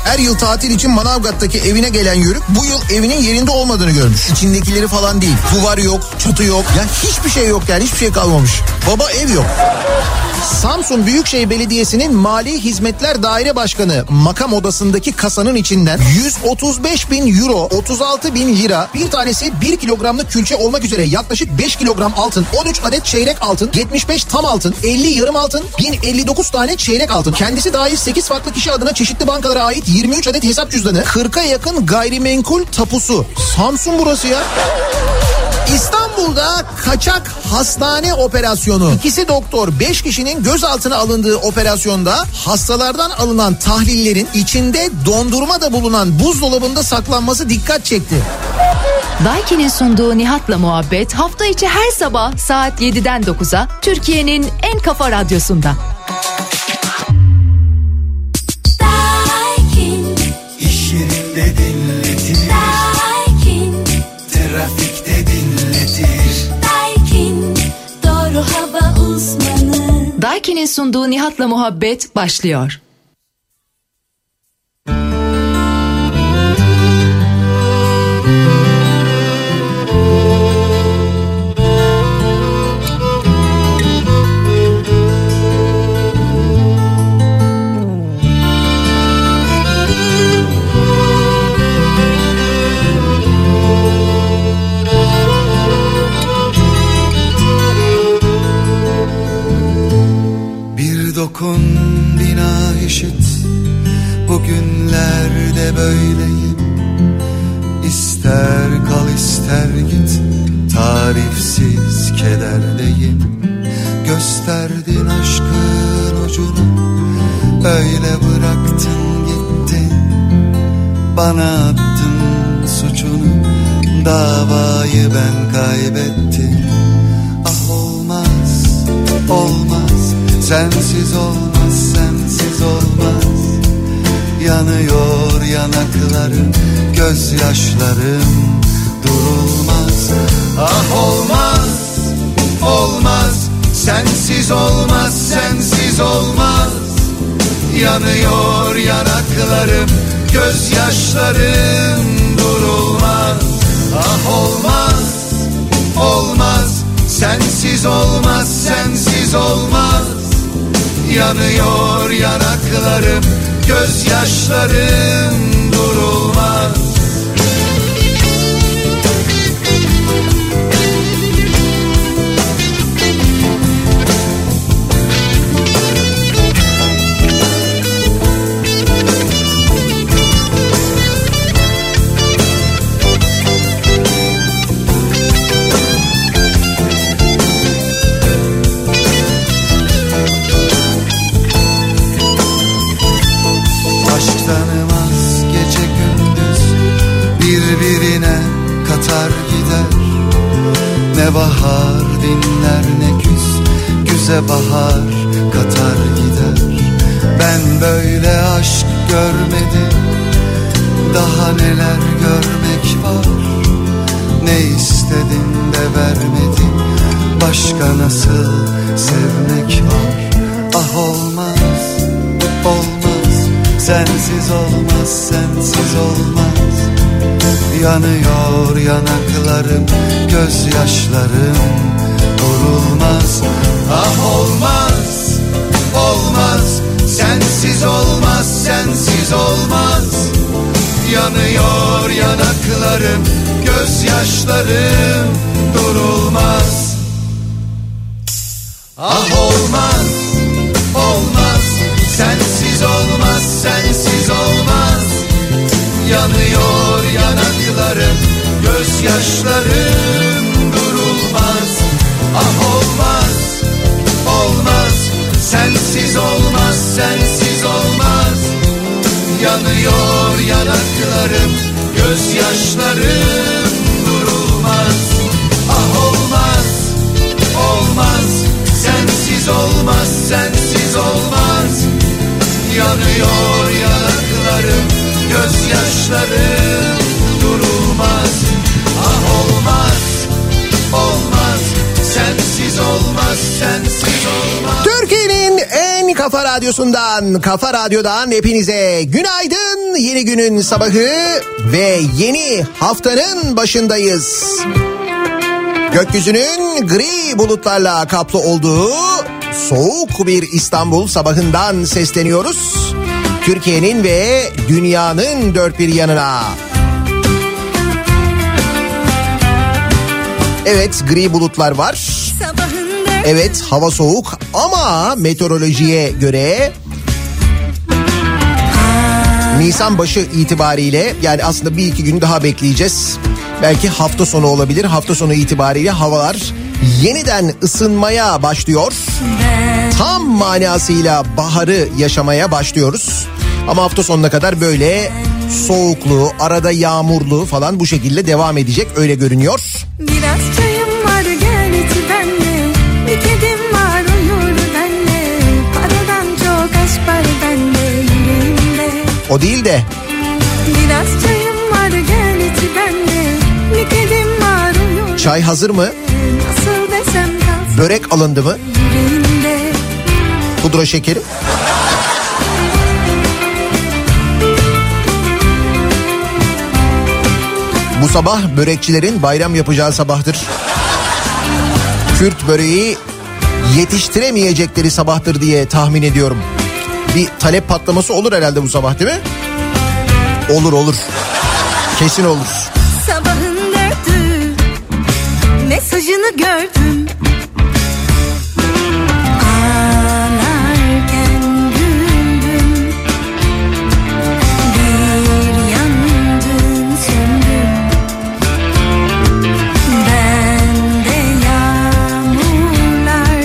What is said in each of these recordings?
Her yıl tatil için Manavgat'taki evine gelen Yörük bu yıl evinin yerinde olmadığını görmüş. İçindekileri falan değil. Duvar yok, çatı yok. Ya hiçbir şey yok yani, hiçbir şey kalmamış. Baba ev yok. Samsun Büyükşehir Belediyesi'nin Mali Hizmetler Daire Başkanı makam odasındaki kasanın içinden 135.000 euro, 36.000 lira, bir tanesi 1 kilogramlık külçe olmak üzere yaklaşık 5 kilogram altın, 13 adet çeyrek altın, 75 tam altın, 50 yarım altın, 1059 tane çeyrek altın. Kendisi dahil 8 farklı kişi adına çeşitli bankalara ait 23 adet hesap cüzdanı, 40'a yakın gayrimenkul tapusu. Samsun burası ya. İstanbul'da kaçak hastane operasyonu. 2 doktor 5 kişinin gözaltına alındığı operasyonda hastalardan alınan tahlillerin içinde dondurma da bulunan buzdolabında saklanması dikkat çekti. Daiki'nin sunduğu Nihat'la Muhabbet hafta içi her sabah saat 7'den 9'a Türkiye'nin en kafa radyosunda. Daikin, iş yerinde dinletir. Daikin, trafikte dinletir. Daikin, doğru hava uzmanı. Daiki'nin sunduğu Nihat'la Muhabbet başlıyor. Dokun bina işit, bugünlerde böyleyim. İster kal ister git, tarifsiz kederdeyim. Gösterdin aşkın ucunu, öyle bıraktın gittin. Bana attın suçunu, davayı ben kaybettim. Ah olmaz, olmaz. Sensiz olmaz, sensiz olmaz. Yanıyor yanaklarım, gözyaşlarım durulmaz. Ah olmaz, olmaz. Sensiz olmaz, sensiz olmaz. Yanıyor yanaklarım, gözyaşlarım durulmaz. Ah olmaz, olmaz. Sensiz olmaz, sensiz olmaz. Yanıyor yanaklarım, gözyaşlarım durulmaz. Birbirine katar gider. Ne bahar dinler ne güz, güze bahar katar gider. Ben böyle aşk görmedim, daha neler görmek var. Ne istedin de vermedin, başka nasıl sevmek var. Ah olmaz, olmaz. Sensiz olmaz, sensiz olmaz. Yanıyor yanaklarım, gözyaşlarım durulmaz. Ah olmaz, olmaz. Sensiz olmaz, sensiz olmaz. Yanıyor yanaklarım, gözyaşlarım durulmaz. Ah olmaz, olmaz. Sensiz olmaz, sensiz olmaz. Yanıyor yanaklarım, gözyaşlarım durulmaz. Ah olmaz, olmaz. Sensiz olmaz, sensiz olmaz. Yanıyor yanaklarım, gözyaşlarım durulmaz. Ah olmaz, olmaz. Sensiz olmaz, sensiz olmaz. Yanıyor yanaklarım, gözyaşlarım durulmaz. Ah olmaz, olmaz. Sensiz olmaz, sensiz olmaz. Türkiye'nin en Kafa Radyosu'ndan, Kafa Radyo'dan hepinize günaydın. Yeni günün sabahı ve yeni haftanın başındayız. Gökyüzünün gri bulutlarla kaplı olduğu soğuk bir İstanbul sabahından sesleniyoruz. Türkiye'nin ve dünyanın dört bir yanına. Evet, gri bulutlar var. Evet, hava soğuk ama meteorolojiye göre Nisan başı itibariyle, yani aslında bir iki gün daha bekleyeceğiz. Belki hafta sonu olabilir. Hafta sonu itibariyle havalar yeniden ısınmaya başlıyor. Tam manasıyla baharı yaşamaya başlıyoruz. Ama hafta sonuna kadar böyle soğuklu, arada yağmurlu falan bu şekilde devam edecek, öyle görünüyor. Biraz çayım var, gel içi benle. Bir kedim var, uyur benle. Paradan çok aşk var bende, yüreğimde. O değil de. Biraz çayım var, gel içi benle. Bir kedim var, uyur. Çay hazır mı? Nasıl desem kalsın. Börek alındı mı? Yüreğimde. Pudra şekeri. Bu sabah börekçilerin bayram yapacağı sabahtır. Kürt böreği yetiştiremeyecekleri sabahtır diye tahmin ediyorum. Bir talep patlaması olur herhalde bu sabah, değil mi? Olur. Kesin olur. Sabahın dördü, mesajını gördüm. Ağlarken güldüm. Bir yandın söndüm. Bende yağmurlar,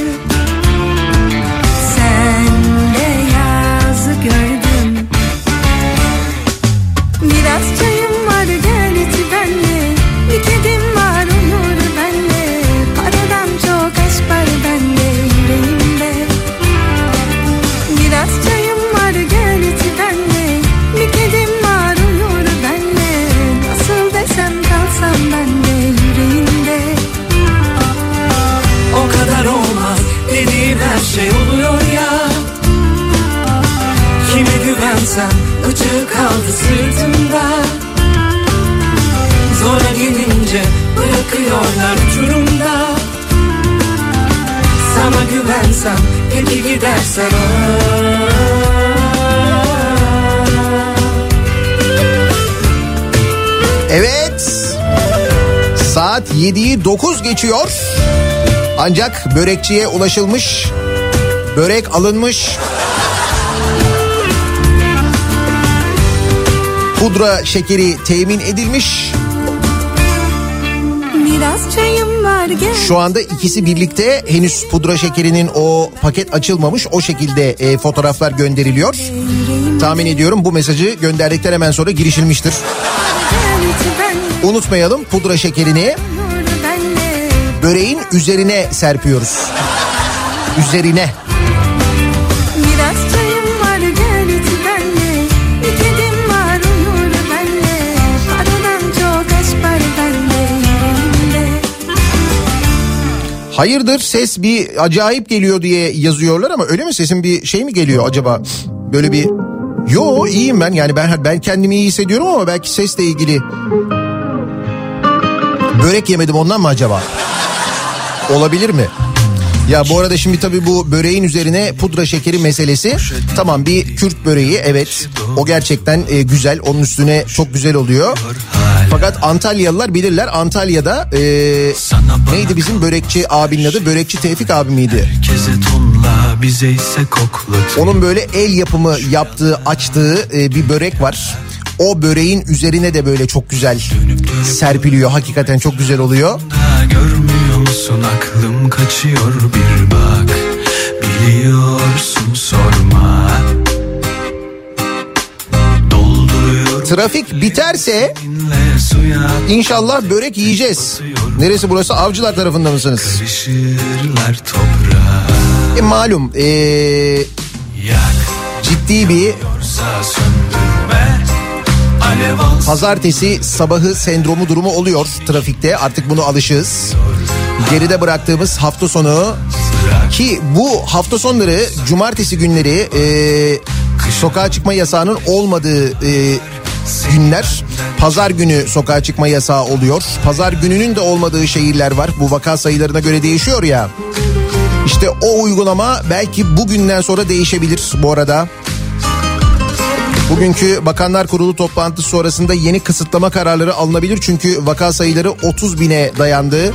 sende yazı gördüm. Biraz çayım var, gel içi benle. Bir kedim var, uyur benle. Paradan çok aşk var bende, yüreğimde. Biraz çayım var, gel içi benle. Bir kedim var, uyur benle. Nasıl desem kalsam bende, yüreğimde. O kadar olmaz dediğim her şey oluyor ya. Kime güvensem ıcı kaldı sırtımda. Zora gelince bırakıyorlar uçurumda. Sana güvensem peki gidersen Evet. Saat 7'yi 9 geçiyor. Ancak börekçiye ulaşılmış. Börek alınmış. Pudra şekeri temin edilmiş. Biraz çayım var, gel. Şu anda ikisi birlikte, henüz pudra şekerinin o paket açılmamış, o şekilde fotoğraflar gönderiliyor. Tahmin ediyorum bu mesajı gönderdikten hemen sonra girişilmiştir. Unutmayalım, pudra şekerini böreğin üzerine serpiyoruz. Üzerine. Biraz çayım var, gel içi benle. Bir kedim var, uyur benle. Paradan çok aşk var bende, yüreğimde. Hayırdır, ses bir acayip geliyor diye yazıyorlar ama öyle mi, sesin bir şey mi geliyor acaba? Böyle bir... Yo, iyiyim ben, yani ben kendimi iyi hissediyorum ama belki sesle ilgili. Börek yemedim ondan mı acaba? Olabilir mi? Ya bu arada şimdi tabii bu böreğin üzerine pudra şekeri meselesi, tamam, bir Kürt böreği, evet, o gerçekten güzel, onun üstüne çok güzel oluyor. Fakat Antalyalılar bilirler, Antalya'da neydi bizim börekçi abinin adı, börekçi Tevfik abi miydi? Onun böyle el yapımı yaptığı, açtığı bir börek var. O böreğin üzerine de böyle çok güzel serpiliyor, hakikaten çok güzel oluyor. Görmüyor musun, aklım kaçıyor, bir bak, biliyorsun, sorma. Trafik biterse inşallah börek yiyeceğiz. Neresi burası? Avcılar tarafında mısınız? Malum ciddi bir pazartesi sabahı sendromu durumu oluyor trafikte. Artık bunu alışığız. Geride bıraktığımız hafta sonu Ki bu hafta sonları cumartesi günleri sokağa çıkma yasağının olmadığı günler. Pazar günü sokağa çıkma yasağı oluyor. Pazar gününün de olmadığı şehirler var. Bu vaka sayılarına göre değişiyor ya. İşte o uygulama belki bugünden sonra değişebilir bu arada. Bugünkü Bakanlar Kurulu toplantısı sonrasında yeni kısıtlama kararları alınabilir. Çünkü vaka sayıları 30 bine dayandı.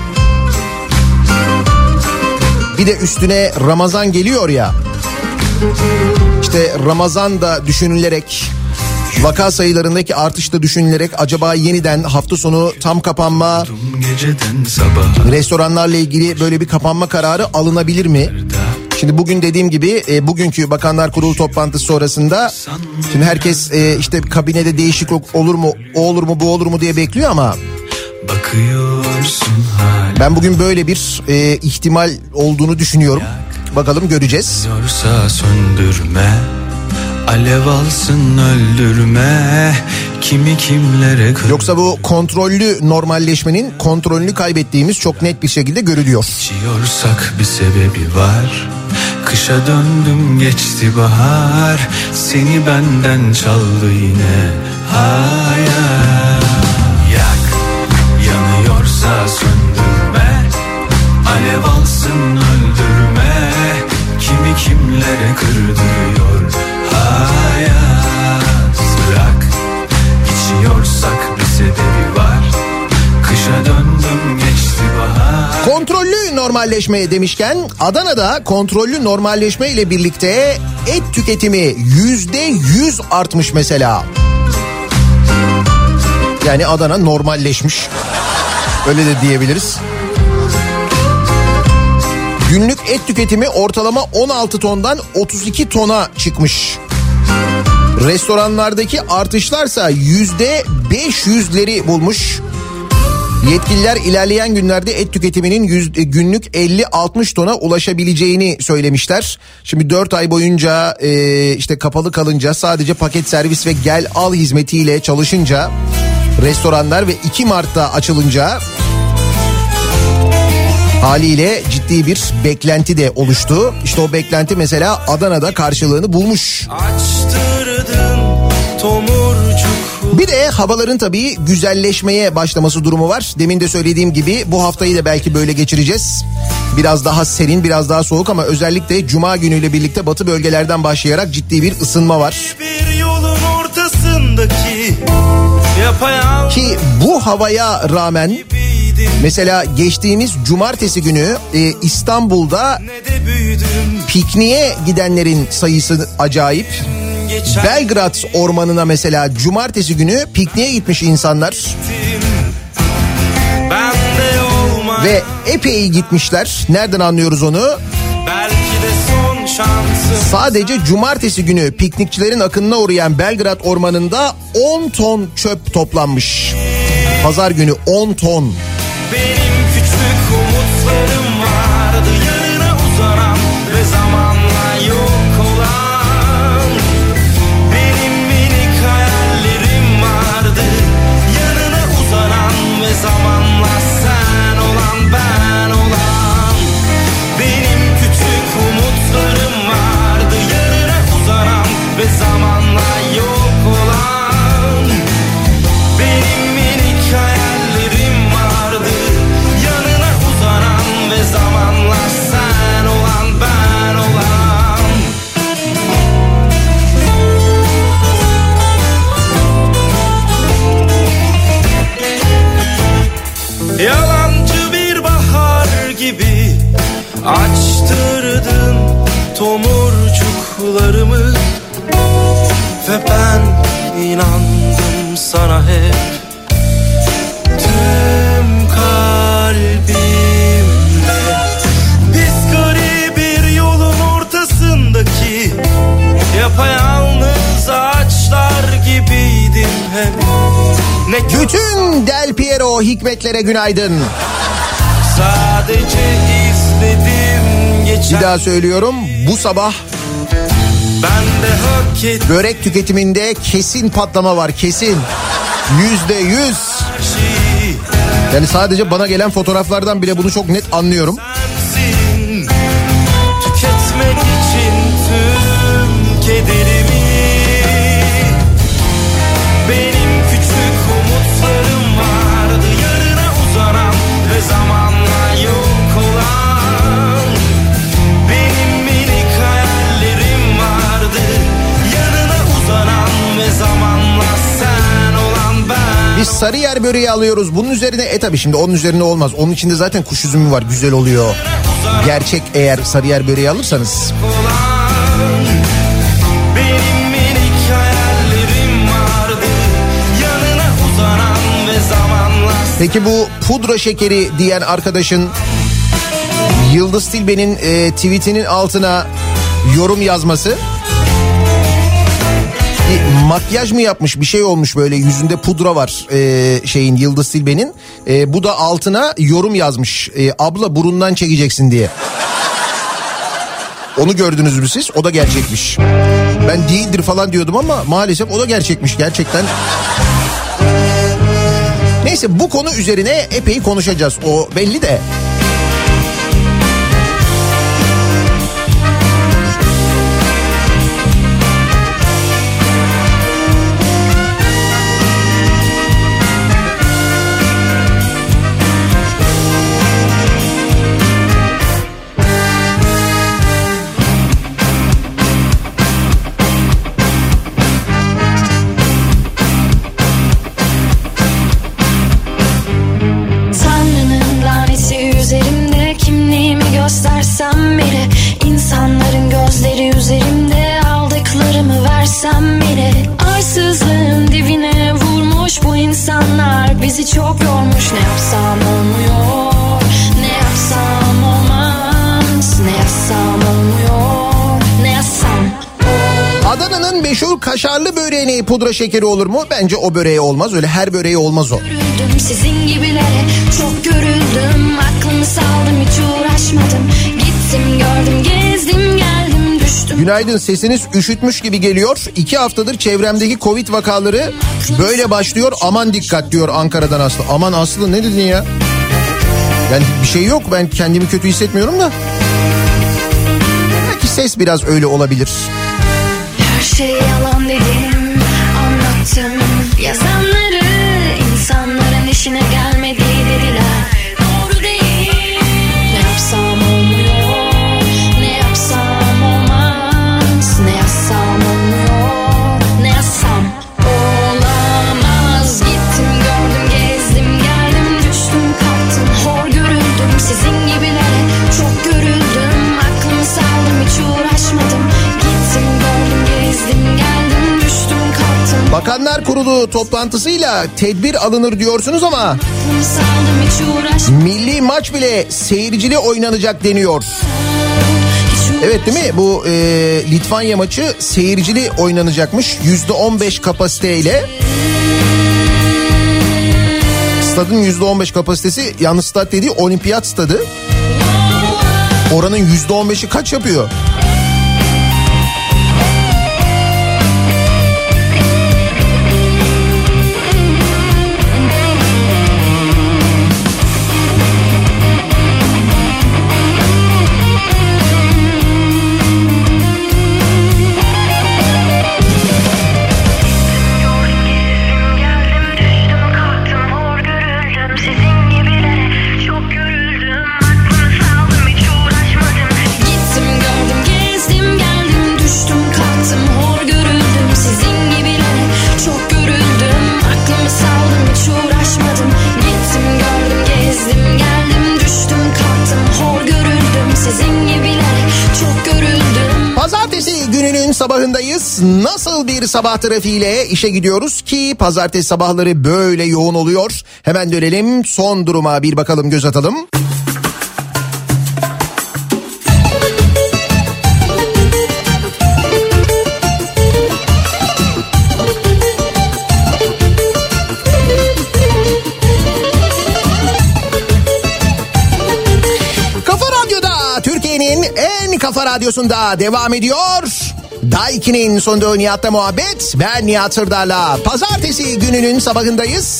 Bir de üstüne Ramazan geliyor ya. İşte Ramazan da düşünülerek, vaka sayılarındaki artış da düşünülerek acaba yeniden hafta sonu tam kapanma, restoranlarla ilgili böyle bir kapanma kararı alınabilir mi? Şimdi bugün dediğim gibi bugünkü Bakanlar Kurulu toplantısı sonrasında şimdi herkes işte kabinede değişiklik olur mu, o olur mu, bu olur mu diye bekliyor ama ben bugün böyle bir ihtimal olduğunu düşünüyorum. Bakalım, göreceğiz. Söndürme, alev alsın öldürme, kimi kimlere kır. Yoksa bu kontrollü normalleşmenin kontrolünü kaybettiğimiz çok net bir şekilde görülüyor. İçiyorsak bir sebebi var. Kışa döndüm, geçti bahar, seni benden çaldı yine hayal. Yak, yanıyorsa söndürme, alev alsın öldürme, kimi kimlere kırdırıyor hayat. Bırak, içiyorsak bir sebebi var, kışa döndüm, geçti bahar. Kontrollü normalleşme demişken Adana'da kontrollü normalleşme ile birlikte et tüketimi %100 artmış mesela. Yani Adana normalleşmiş. Öyle de diyebiliriz. Günlük et tüketimi ortalama 16 tondan 32 tona çıkmış. Restoranlardaki artışlarsa %500'leri bulmuş. Yetkililer ilerleyen günlerde et tüketiminin günlük 50-60 tona ulaşabileceğini söylemişler. Şimdi 4 ay boyunca işte kapalı kalınca, sadece paket servis ve gel al hizmetiyle çalışınca restoranlar ve 2 Mart'ta açılınca haliyle ciddi bir beklenti de oluştu. İşte o beklenti mesela Adana'da karşılığını bulmuş. Açtırdın tomurcuk. Bir de havaların tabii güzelleşmeye başlaması durumu var. Demin de söylediğim gibi bu haftayı da belki böyle geçireceğiz. Biraz daha serin, biraz daha soğuk ama özellikle Cuma günüyle birlikte batı bölgelerden başlayarak ciddi bir ısınma var. Bir yolun ortasındaki yapayalnız. Ki bu havaya rağmen mesela geçtiğimiz cumartesi günü İstanbul'da pikniğe gidenlerin sayısı acayip. Belgrad Ormanı'na mesela cumartesi günü pikniğe gitmiş insanlar. Ve epey gitmişler. Nereden anlıyoruz onu? Sadece cumartesi günü piknikçilerin akınına uğrayan Belgrad Ormanı'nda 10 ton çöp toplanmış. Pazar günü 10 ton. Benim küçük umutlarım vardı, yarına uzanan ve zamanla yok olan. Benim minik hayallerim vardı, yarına uzanan ve zamanla sen olan, ben olan. Benim küçük umutlarım vardı, yarına uzanan ve zamanla yok olan. Benim minik hayallerim vardı, yanına uzanan ve zamanla sen olan, ben olan. Yalancı bir bahar gibi açtırdın tomurcuklarımı ve ben inandım sana hep. Tüm kalbimle biz garip bir yolun ortasındaki yapayalnız ağaçlar gibiydim hep. Ne Bütün Del Piero Hikmetlere günaydın. sadece izledim geçen. Bir daha söylüyorum, bu sabah Ben de hak ettim börek tüketiminde kesin patlama var, kesin. %100. şeyi. Yani sadece bana gelen fotoğraflardan bile bunu çok net anlıyorum. Sensin, ve zamanla sen olan ben. Biz Sarıyer böreği alıyoruz. Bunun üzerine tabii şimdi onun üzerine olmaz. Onun içinde zaten kuş üzümü var, güzel oluyor. Gerçek eğer Sarıyer böreği alırsanız. Benim minik hayallerim vardı, yanına uzanan ve zamanla. Peki bu pudra şekeri diyen arkadaşın Yıldız Tilbe'nin tweetinin altına yorum yazması, bir makyaj mı yapmış, bir şey olmuş, böyle yüzünde pudra var şeyin, Yıldız Tilbe'nin. Bu da altına yorum yazmış, abla burundan çekeceksin diye. Onu gördünüz mü siz? O da gerçekmiş. Ben değildir falan diyordum ama maalesef o da gerçekmiş gerçekten. Neyse, bu konu üzerine epey konuşacağız, o belli de. Göstersem bile, insanların gözleri üzerimde, aldıklarımı versem bile, arsızlığın dibine vurmuş bu insanlar bizi çok yormuş. Ne yapsam olmuyor, ne yapsam olmaz, ne yapsam olmuyor, ne yapsam. Adana'nın meşhur kaşarlı böreğine pudra şekeri olur mu? Bence o böreğe olmaz, öyle her böreğe olmaz o. Görüldüm sizin gibilere, çok görüldüm, aklımı saldım, hiç uğraşmadım, gittim gördüm, gezdim geldim, düştüm. Günaydın, sesiniz üşütmüş gibi geliyor. 2 haftadır çevremdeki Covid vakaları böyle başlıyor, aman dikkat diyor Ankara'dan Aslı. Aman Aslı, ne dedin ya? Yani bir şey yok, ben kendimi kötü hissetmiyorum da. Belki ses biraz öyle olabilir. Her şey yalan dedim, anlattım yazanları, insanların işine gelmediği dediler, doğru değil. Ne yapsam olmuyor, ne yapsam olmaz, ne yapsam olmuyor, ne yapsam olamaz. Gittim gördüm gezdim geldim, düştüm kalktım, hor görüldüm sizin gibilere, çok görüldüm, aklımı saldım, hiç uğraşmadım, gittim gördüm gezdim geldim, düştüm kalktım. Bakanlar Kurulu toplantısıyla tedbir alınır diyorsunuz ama Aklımı saldım, hiç uğraşmadım. milli maç bile seyircili oynanacak deniyor. Evet, değil mi? Bu Litvanya maçı seyircili oynanacakmış. %15 kapasiteyle. Stadın %15 kapasitesi, yalnız stat dediği olimpiyat stadı. Oranın %15'i kaç yapıyor? Sabahındayız. Nasıl bir sabah trafiğiyle işe gidiyoruz ki pazartesi sabahları böyle yoğun oluyor. Hemen dönelim, son duruma bir bakalım, göz atalım. Kafa Radyo'da, Türkiye'nin en kafa radyosunda devam ediyor. Daiki'nin sonunda Nihat'la muhabbet. Ben Nihat Sırdar'la. Pazartesi gününün sabahındayız.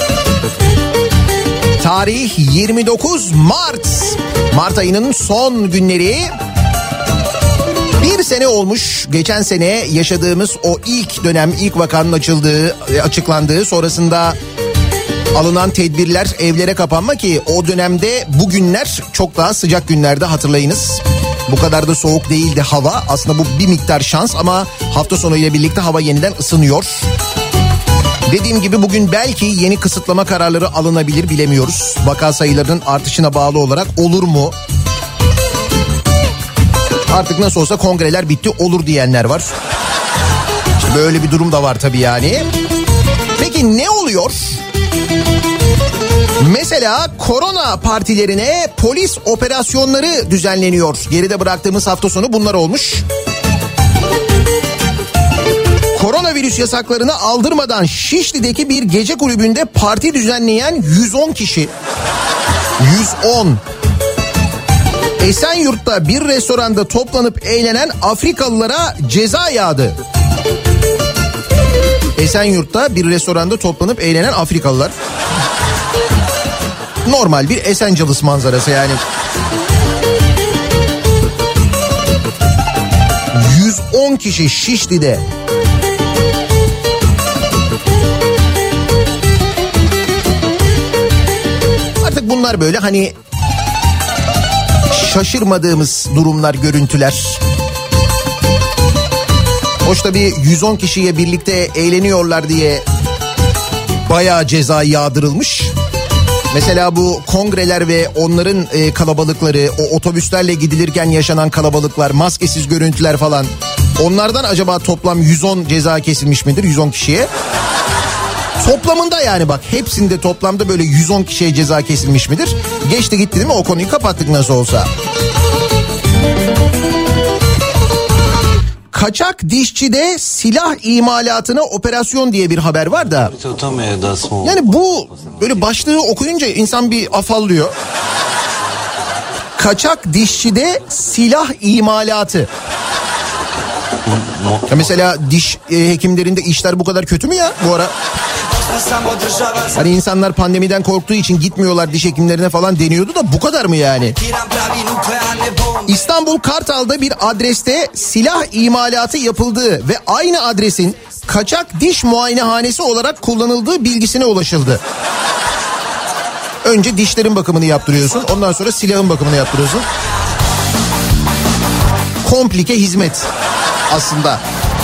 Tarih 29 Mart. Mart ayının son günleri. Bir sene olmuş geçen sene yaşadığımız o ilk dönem, ilk vakanın açıklandığı, sonrasında alınan tedbirler, evlere kapanma, ki o dönemde bu günler çok daha sıcak günlerde, hatırlayınız. Bu kadar da soğuk değildi hava. Aslında bu bir miktar şans ama hafta sonu ile birlikte hava yeniden ısınıyor. Dediğim gibi bugün belki yeni kısıtlama kararları alınabilir, bilemiyoruz. Vaka sayılarının artışına bağlı olarak olur mu? Artık nasıl olsa kongreler bitti, olur diyenler var. İşte böyle bir durum da var tabii yani. Peki ne oluyor? Mesela korona partilerine polis operasyonları düzenleniyor. Geride bıraktığımız hafta sonu bunlar olmuş. Koronavirüs yasaklarını aldırmadan Şişli'deki bir gece kulübünde parti düzenleyen 110 kişi. 110. Esenyurt'ta bir restoranda toplanıp eğlenen Afrikalılara ceza yağdı. Esenyurt'ta bir restoranda toplanıp eğlenen Afrikalılar. Normal bir Esenciles manzarası yani. 110 kişi Şişli'de. Artık bunlar böyle hani şaşırmadığımız durumlar, görüntüler. Hoş tabii 110 kişiye birlikte eğleniyorlar diye bayağı ceza yağdırılmış. Mesela bu kongreler ve onların kalabalıkları, o otobüslerle gidilirken yaşanan kalabalıklar, maskesiz görüntüler falan. Onlardan acaba toplam 110 ceza kesilmiş midir 110 kişiye? Toplamında yani bak hepsinde toplamda böyle 110 kişiye ceza kesilmiş midir? Geçti gitti değil mi? O konuyu kapattık nasıl olsa. Kaçak dişçide silah imalatına operasyon diye bir haber var da. Yani bu böyle başlığı okuyunca insan bir afallıyor. Kaçak dişçide silah imalatı. Ya mesela diş hekimlerinde işler bu kadar kötü mü ya bu ara? Hani insanlar pandemiden korktuğu için gitmiyorlar diş hekimlerine falan deniyordu da bu kadar mı yani? İstanbul Kartal'da bir adreste silah imalatı yapıldığı ve aynı adresin kaçak diş muayenehanesi olarak kullanıldığı bilgisine ulaşıldı. Önce dişlerin bakımını yaptırıyorsun, ondan sonra silahın bakımını yaptırıyorsun. Komplike hizmet aslında.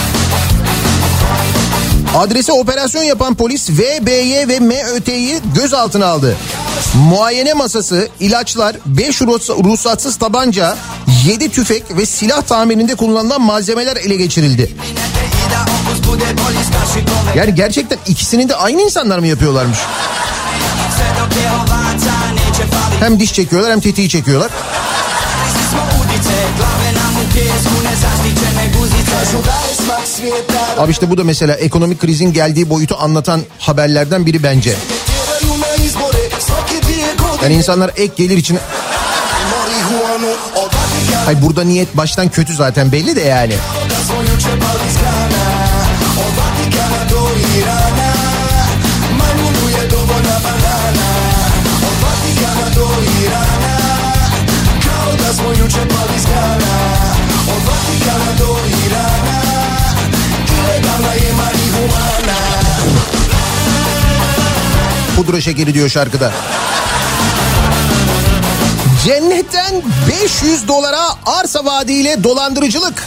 Adrese operasyon yapan polis VBY ve MÖT'yi gözaltına aldı. Muayene masası, ilaçlar, 5 ruhsatsız tabanca, 7 tüfek ve silah tamirinde kullanılan malzemeler ele geçirildi. Yani gerçekten ikisini de aynı insanlar mı yapıyorlarmış? Hem diş çekiyorlar hem tetiği çekiyorlar. Abi işte bu da mesela ekonomik krizin geldiği boyutu anlatan haberlerden biri bence. Yani insanlar ek gelir için... Hayır, burada niyet baştan kötü zaten belli de yani. Pudra şekeri diyor şarkıda. Cennetten $500 arsa vaadiyle dolandırıcılık.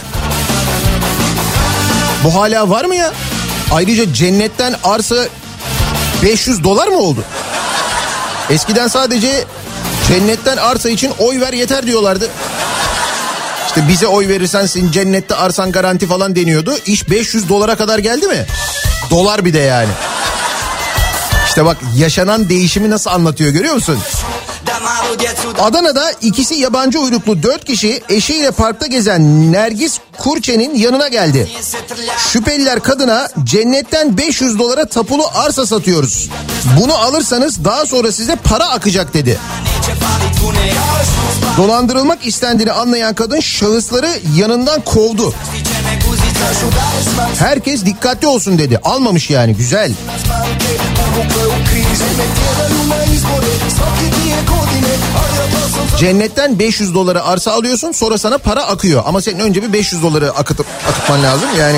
Bu hala var mı ya? Ayrıca cennetten arsa $500 mı oldu? Eskiden sadece cennetten arsa için oy ver yeter diyorlardı. İşte bize oy verirsen senin cennette arsan garanti falan deniyordu. İş $500 kadar geldi mi? Dolar bir de yani. İşte bak yaşanan değişimi nasıl anlatıyor görüyor musun? Adana'da ikisi yabancı uyruklu 4 kişi eşiyle parkta gezen Nergis Kurçe'nin yanına geldi. Şüpheliler kadına cennetten $500 tapulu arsa satıyoruz. Bunu alırsanız daha sonra size para akacak dedi. Dolandırılmak istendiğini anlayan kadın şahısları yanından kovdu. Herkes dikkatli olsun dedi. Almamış yani, güzel. Cennetten $500 arsa alıyorsun, sonra sana para akıyor. Ama senin önce bir $500 akıtman lazım yani.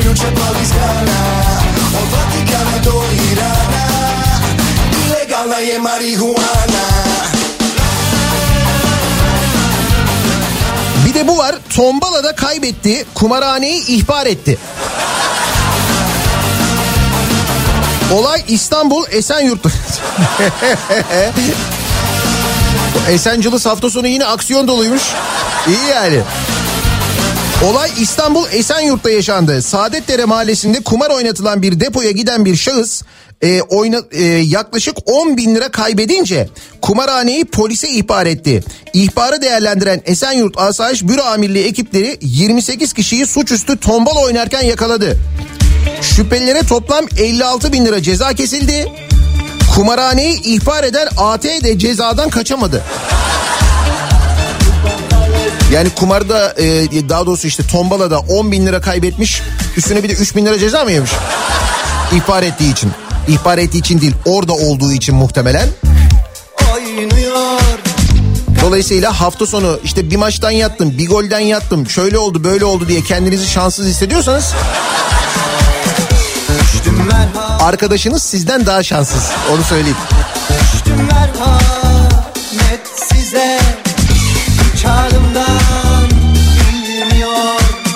luce poi scala, o Vaticano do Irana, illegala je marihuana. Bir de bu var. Tombala'da kaybetti. Kumarhaneyi ihbar etti. Olay İstanbul Esenyurt'ta. Esenciles hafta sonu yine aksiyon doluymuş. İyi yani. Olay İstanbul Esenyurt'ta yaşandı. Saadetdere Mahallesi'nde kumar oynatılan bir depoya giden bir şahıs yaklaşık 10 bin lira kaybedince kumarhaneyi polise ihbar etti. İhbarı değerlendiren Esenyurt Asayiş Büro Amirliği ekipleri 28 kişiyi suçüstü tombala oynarken yakaladı. Şüphelilere toplam 56 bin lira ceza kesildi. Kumarhaneyi ihbar eden AT de cezadan kaçamadı. Yani kumarda daha doğrusu işte tombalada 10 bin lira kaybetmiş. Üstüne bir de 3 bin lira ceza mı yemiş? İhbar ettiği için. İhbar ettiği için değil, orada olduğu için muhtemelen. Dolayısıyla hafta sonu işte bir maçtan yattım, bir golden yattım, şöyle oldu böyle oldu diye kendinizi şanssız hissediyorsanız arkadaşınız sizden daha şanssız, onu söyleyeyim. Size çağrımdan bilmiyor,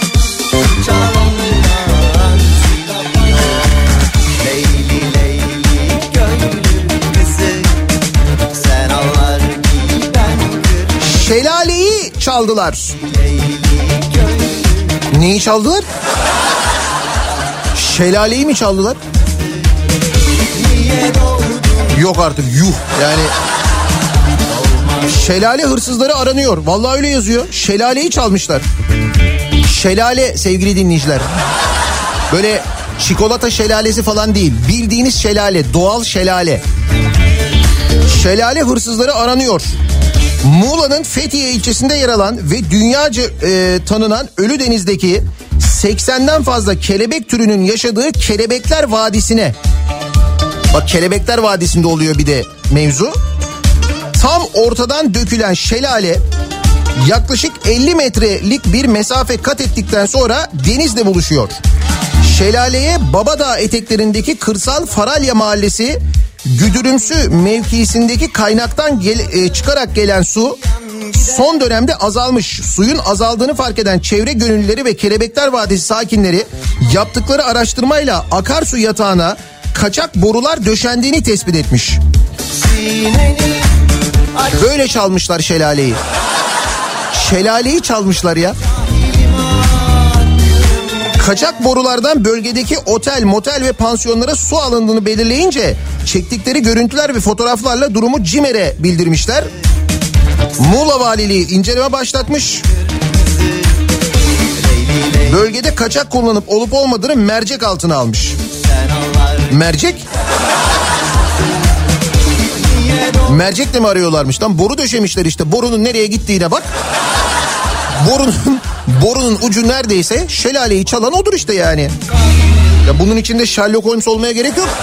çağrımdan silmiyor. Leyli Leyli gönlüm kızı, sen ağlar ki ben kır. Şelaleyi çaldılar. Neyi çaldılar? Şelaleyi mi çaldılar? Yok artık, yuh yani. Şelale hırsızları aranıyor. Vallahi öyle yazıyor. Şelaleyi çalmışlar. Şelale sevgili dinleyiciler. Böyle çikolata şelalesi falan değil. Bildiğiniz şelale, doğal şelale. Şelale hırsızları aranıyor. Muğla'nın Fethiye ilçesinde yer alan ve dünyaca tanınan Ölüdeniz'deki 80'den fazla kelebek türünün yaşadığı Kelebekler Vadisi'ne. Bak, Kelebekler Vadisi'nde oluyor bir de mevzu. Tam ortadan dökülen şelale yaklaşık 50 metrelik bir mesafe kat ettikten sonra denizle buluşuyor. Şelaleye Babadağ eteklerindeki Kırsal Faralya Mahallesi Güdürümsü mevkisindeki kaynaktan çıkarak gelen su son dönemde azalmış. Suyun azaldığını fark eden çevre gönüllüleri ve Kelebekler Vadisi sakinleri yaptıkları araştırmayla akarsu yatağına kaçak borular döşendiğini tespit etmiş. Böyle çalmışlar şelaleyi. Şelaleyi çalmışlar ya. Kaçak borulardan bölgedeki otel, motel ve pansiyonlara su alındığını belirleyince çektikleri görüntüler ve fotoğraflarla durumu CİMER'e bildirmişler. Muğla Valiliği inceleme başlatmış. Bölgede kaçak kullanıp olup olmadığını mercek altına almış. Mercek? Mercekle mi arıyorlarmış? Tam boru döşemişler işte. Borunun nereye gittiğine bak. Borunun ucu neredeyse şelaleyi çalan odur işte yani. Ya bunun içinde Sherlock Holmes olmaya gerek yok.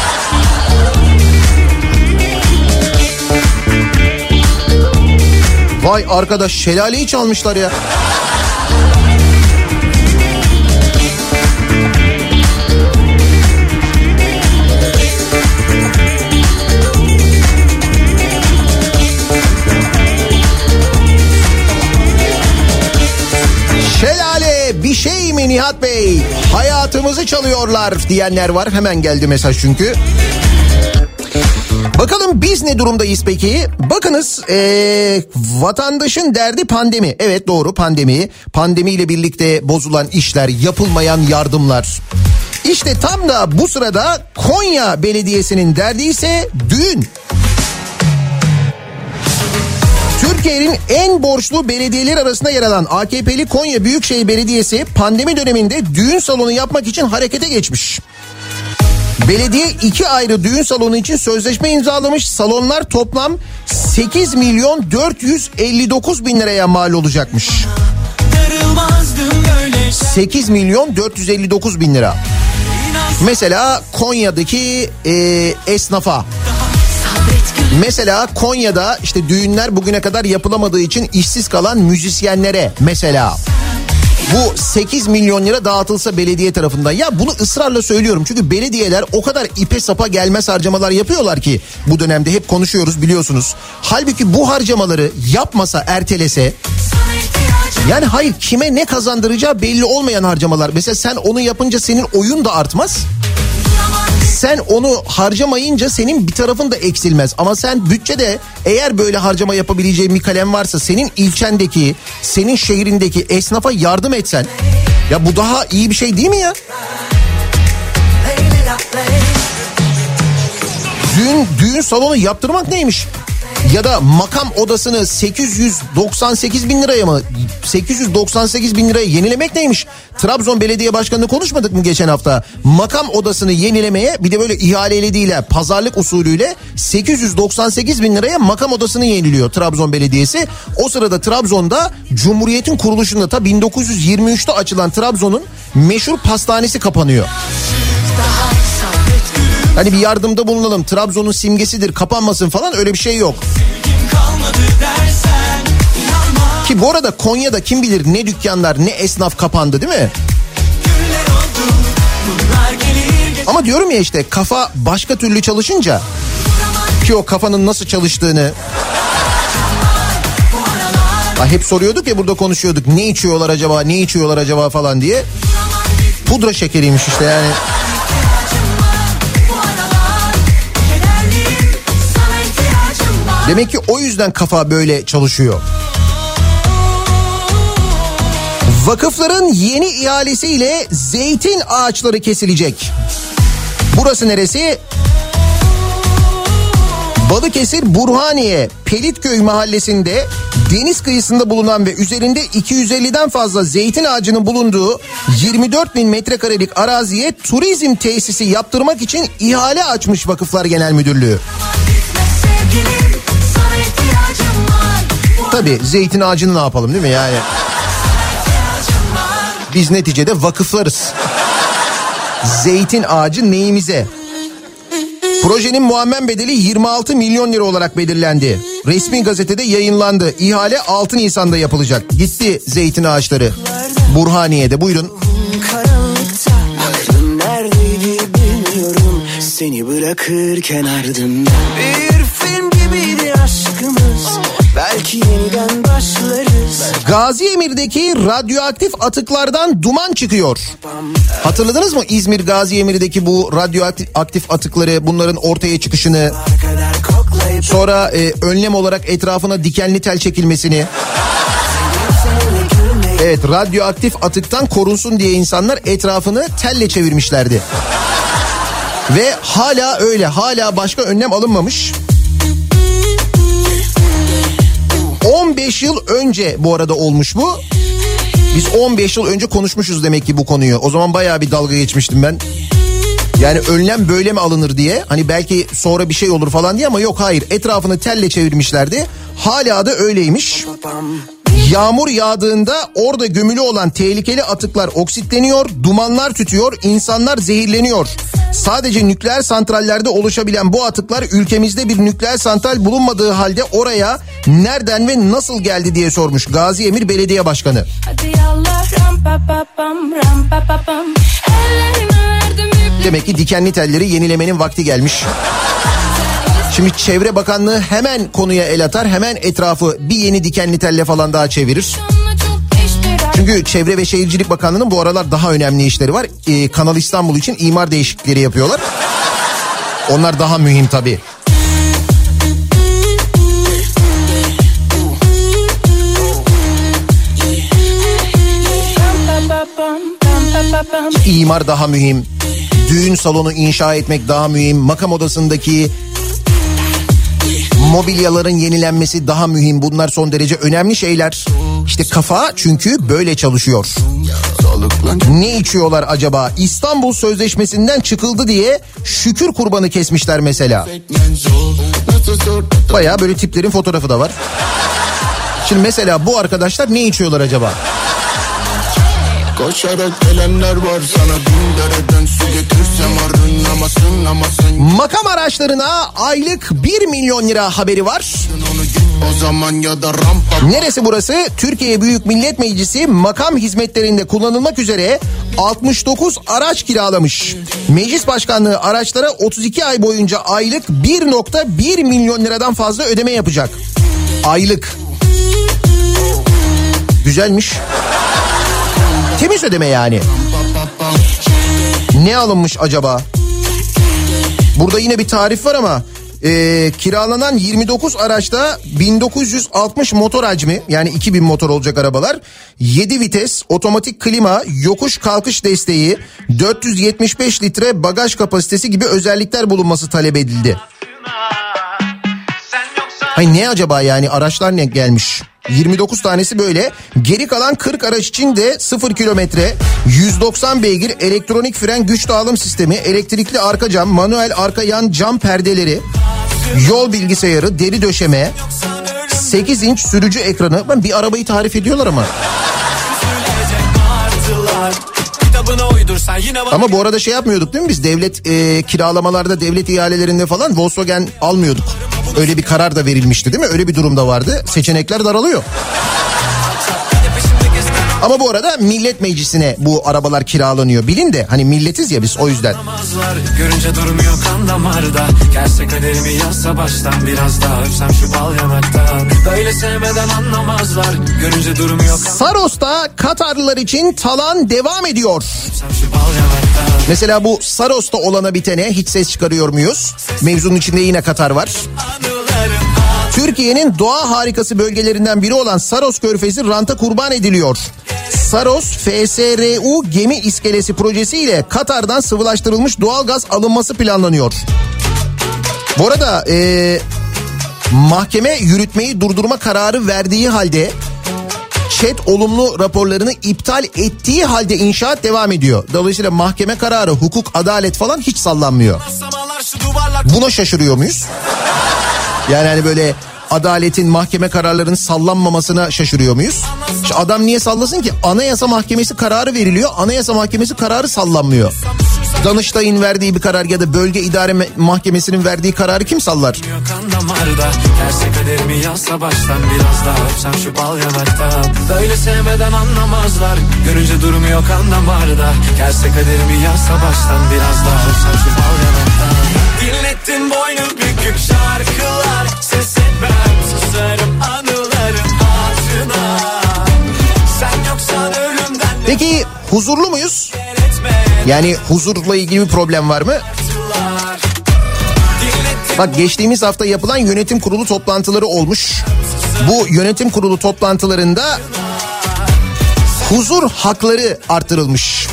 Vay arkadaş, şelaleyi çalmışlar ya. Şelale bir şey mi Nihat Bey? Hayatımızı çalıyorlar diyenler var. Hemen geldi mesaj çünkü. Bakalım biz ne durumdayız peki? Bakınız vatandaşın derdi pandemi. Evet doğru, pandemi. Pandemiyle birlikte bozulan işler, yapılmayan yardımlar. İşte tam da bu sırada Konya Belediyesi'nin derdi ise düğün. Türkiye'nin en borçlu belediyeler arasında yer alan AKP'li Konya Büyükşehir Belediyesi pandemi döneminde düğün salonu yapmak için harekete geçmiş. Belediye 2 ayrı düğün salonu için sözleşme imzalamış. Salonlar toplam 8 milyon 459 bin liraya mal olacakmış. 8 milyon 459 bin lira. Mesela Konya'daki esnafa. Mesela Konya'da işte düğünler bugüne kadar yapılamadığı için işsiz kalan müzisyenlere mesela. Bu 8 milyon lira dağıtılsa belediye tarafından. Ya bunu ısrarla söylüyorum. Çünkü belediyeler o kadar ipe sapa gelmez harcamalar yapıyorlar ki bu dönemde hep konuşuyoruz biliyorsunuz. Halbuki bu harcamaları yapmasa, ertelese, yani hayır, kime ne kazandıracağı belli olmayan harcamalar. Mesela sen onu yapınca senin oyun da artmaz. Sen onu harcamayınca senin bir tarafın da eksilmez. Ama sen bütçede eğer böyle harcama yapabileceğin bir kalem varsa, senin ilçendeki, senin şehrindeki esnafa yardım etsen, ya bu daha iyi bir şey değil mi ya? Düğün salonu yaptırmak neymiş? Ya da makam odasını 898 bin liraya mı? 898 bin liraya yenilemek neymiş? Trabzon Belediye Başkanı'nı konuşmadık mı geçen hafta? Makam odasını yenilemeye, bir de böyle ihaleyle değil, pazarlık usulüyle 898 bin liraya makam odasını yeniliyor Trabzon Belediyesi. O sırada Trabzon'da Cumhuriyet'in kuruluşunda ta 1923'te açılan Trabzon'un meşhur pastanesi kapanıyor. Hani bir yardımda bulunalım, Trabzon'un simgesidir, kapanmasın falan, öyle bir şey yok. Ki bu arada Konya'da kim bilir ne dükkanlar, ne esnaf kapandı değil mi? Ama diyorum ya işte, kafa başka türlü çalışınca, ki o kafanın nasıl çalıştığını hep soruyorduk ya, burada konuşuyorduk, ne içiyorlar acaba, ne içiyorlar acaba falan diye. Pudra şekeriymiş işte yani. Demek ki o yüzden kafa böyle çalışıyor. Vakıfların yeni ihalesiyle zeytin ağaçları kesilecek. Burası neresi? Balıkesir Burhaniye Pelitköy mahallesinde deniz kıyısında bulunan ve üzerinde 250'den fazla zeytin ağacının bulunduğu 24 bin metrekarelik araziye turizm tesisi yaptırmak için ihale açmış Vakıflar Genel Müdürlüğü. Tabii zeytin ağacını ne yapalım değil mi yani? Biz neticede vakıflarız. Zeytin ağacı neyimize? Projenin muammen bedeli 26 milyon lira olarak belirlendi. Resmi gazetede yayınlandı. İhale 6 Nisan'da yapılacak. Gitti zeytin ağaçları Burhaniye'de, buyurun. Karanlıkta aklım neredeydi bilmiyorum. Seni bırakırken ardımda bir film gibiydi aşkımız. Belki yeniden başlarız. Gaziemir'deki radyoaktif atıklardan duman çıkıyor. Hatırladınız mı İzmir Gaziemir'deki bu radyoaktif atıkları, bunların ortaya çıkışını, sonra önlem olarak etrafına dikenli tel çekilmesini. Evet, radyoaktif atıktan korunsun diye insanlar etrafını telle çevirmişlerdi. Ve hala öyle, hala başka önlem alınmamış. 15 yıl önce bu arada olmuş bu. Biz 15 yıl önce konuşmuşuz demek ki bu konuyu. O zaman bayağı bir dalga geçmiştim ben. Yani önlem böyle mi alınır diye. Hani belki sonra bir şey olur falan diye, ama yok, hayır. Etrafını telle çevirmişlerdi. Hala da öyleymiş. Yağmur yağdığında orada gömülü olan tehlikeli atıklar oksitleniyor, dumanlar tütüyor, insanlar zehirleniyor. Sadece nükleer santrallerde oluşabilen bu atıklar ülkemizde bir nükleer santral bulunmadığı halde oraya nereden ve nasıl geldi diye sormuş Gaziemir Belediye Başkanı. Demek ki dikenli telleri yenilemenin vakti gelmiş. Şimdi Çevre Bakanlığı hemen konuya el atar, hemen etrafı bir yeni dikenli telle falan daha çevirir. Çünkü Çevre ve Şehircilik Bakanlığı'nın bu aralar daha önemli işleri var. Kanal İstanbul için imar değişiklikleri yapıyorlar. Onlar daha mühim tabii. İmar daha mühim. Düğün salonu inşa etmek daha mühim. Makam odasındaki mobilyaların yenilenmesi daha mühim. Bunlar son derece önemli şeyler. İşte kafa çünkü böyle çalışıyor. Ne içiyorlar acaba? İstanbul Sözleşmesi'nden çıkıldı diye şükür kurbanı kesmişler mesela. Bayağı böyle tiplerin fotoğrafı da var. Şimdi mesela bu arkadaşlar ne içiyorlar acaba? Koşarak gelenler var sana, bin dereden su getirsem arınamasın. Makam araçlarına aylık 1 milyon lira haberi var. zaman ya da rampa. Neresi burası? Türkiye Büyük Millet Meclisi makam hizmetlerinde kullanılmak üzere 69 araç kiralamış. Meclis Başkanlığı araçlara 32 ay boyunca aylık 1.1 milyon liradan fazla ödeme yapacak. Aylık. Güzelmiş. Temiz ödeme yani. Ne alınmış acaba? Burada yine bir tarif var ama kiralanan 29 araçta 1960 motor hacmi, yani 2000 motor olacak arabalar, 7 vites, otomatik klima, yokuş kalkış desteği, 475 litre bagaj kapasitesi gibi özellikler bulunması talep edildi. Hayır, ne acaba yani, araçlar ne gelmiş? 29 tanesi böyle. Geri kalan 40 araç için de 0 kilometre, 190 beygir, elektronik fren, güç dağılım sistemi, elektrikli arka cam, manuel arka yan cam perdeleri, yol bilgisayarı, deri döşeme, 8 inç sürücü ekranı. Ben bir arabayı tarif ediyorlar ama. Ama bu arada şey yapmıyorduk değil mi biz? Devlet kiralamalarda, devlet ihalelerinde falan Volkswagen almıyorduk. Öyle bir karar da verilmişti değil mi? Öyle bir durumda vardı. Seçenekler daralıyor. Ama bu arada Millet Meclisi'ne bu arabalar kiralanıyor. Bilin de hani milletiz ya biz, o yüzden. Görünce durmuyor kan damarda. Gelse kaderimi yazsa baştan, biraz daha öpsem şu bal yanaktan. Böyle sevmeden anlamazlar. Görünce durmuyor kan. Saros'ta Katarlılar için talan devam ediyor. Mesela bu Saros'ta olana bitene hiç ses çıkarıyor muyuz? Mevzunun içinde yine Katar var. Türkiye'nin doğa harikası bölgelerinden biri olan Saros Körfezi ranta kurban ediliyor. Saros FSRU gemi iskelesi projesiyle Katar'dan sıvılaştırılmış doğalgaz alınması planlanıyor. Bu arada mahkeme yürütmeyi durdurma kararı verdiği halde, ÇED olumlu raporlarını iptal ettiği halde inşaat devam ediyor. Dolayısıyla mahkeme kararı, hukuk, adalet falan hiç sallanmıyor. Buna şaşırıyor muyuz? Yani hani böyle adaletin, mahkeme kararlarının sallanmamasına şaşırıyor muyuz? İşte adam niye sallasın ki? Anayasa Mahkemesi kararı veriliyor. Anayasa Mahkemesi kararı sallanmıyor. Danıştay'ın verdiği bir karar ya da Bölge İdare Mahkemesi'nin verdiği kararı kim sallar? Böyle sevmeden anlamazlar. Görünce durmuyor kan damarda. Gelse kaderimi yazsa baştan, biraz daha öpsem şu bal yanaktan. Dinlettin boynu bükük şarkılar, ses etmem, susarım anılarım hatırına. Sen yoksan ölümden. Peki huzurlu muyuz? Yani huzurla ilgili bir problem var mı? Bak, geçtiğimiz hafta yapılan yönetim kurulu toplantıları olmuş. Bu yönetim kurulu toplantılarında huzur hakları artırılmış.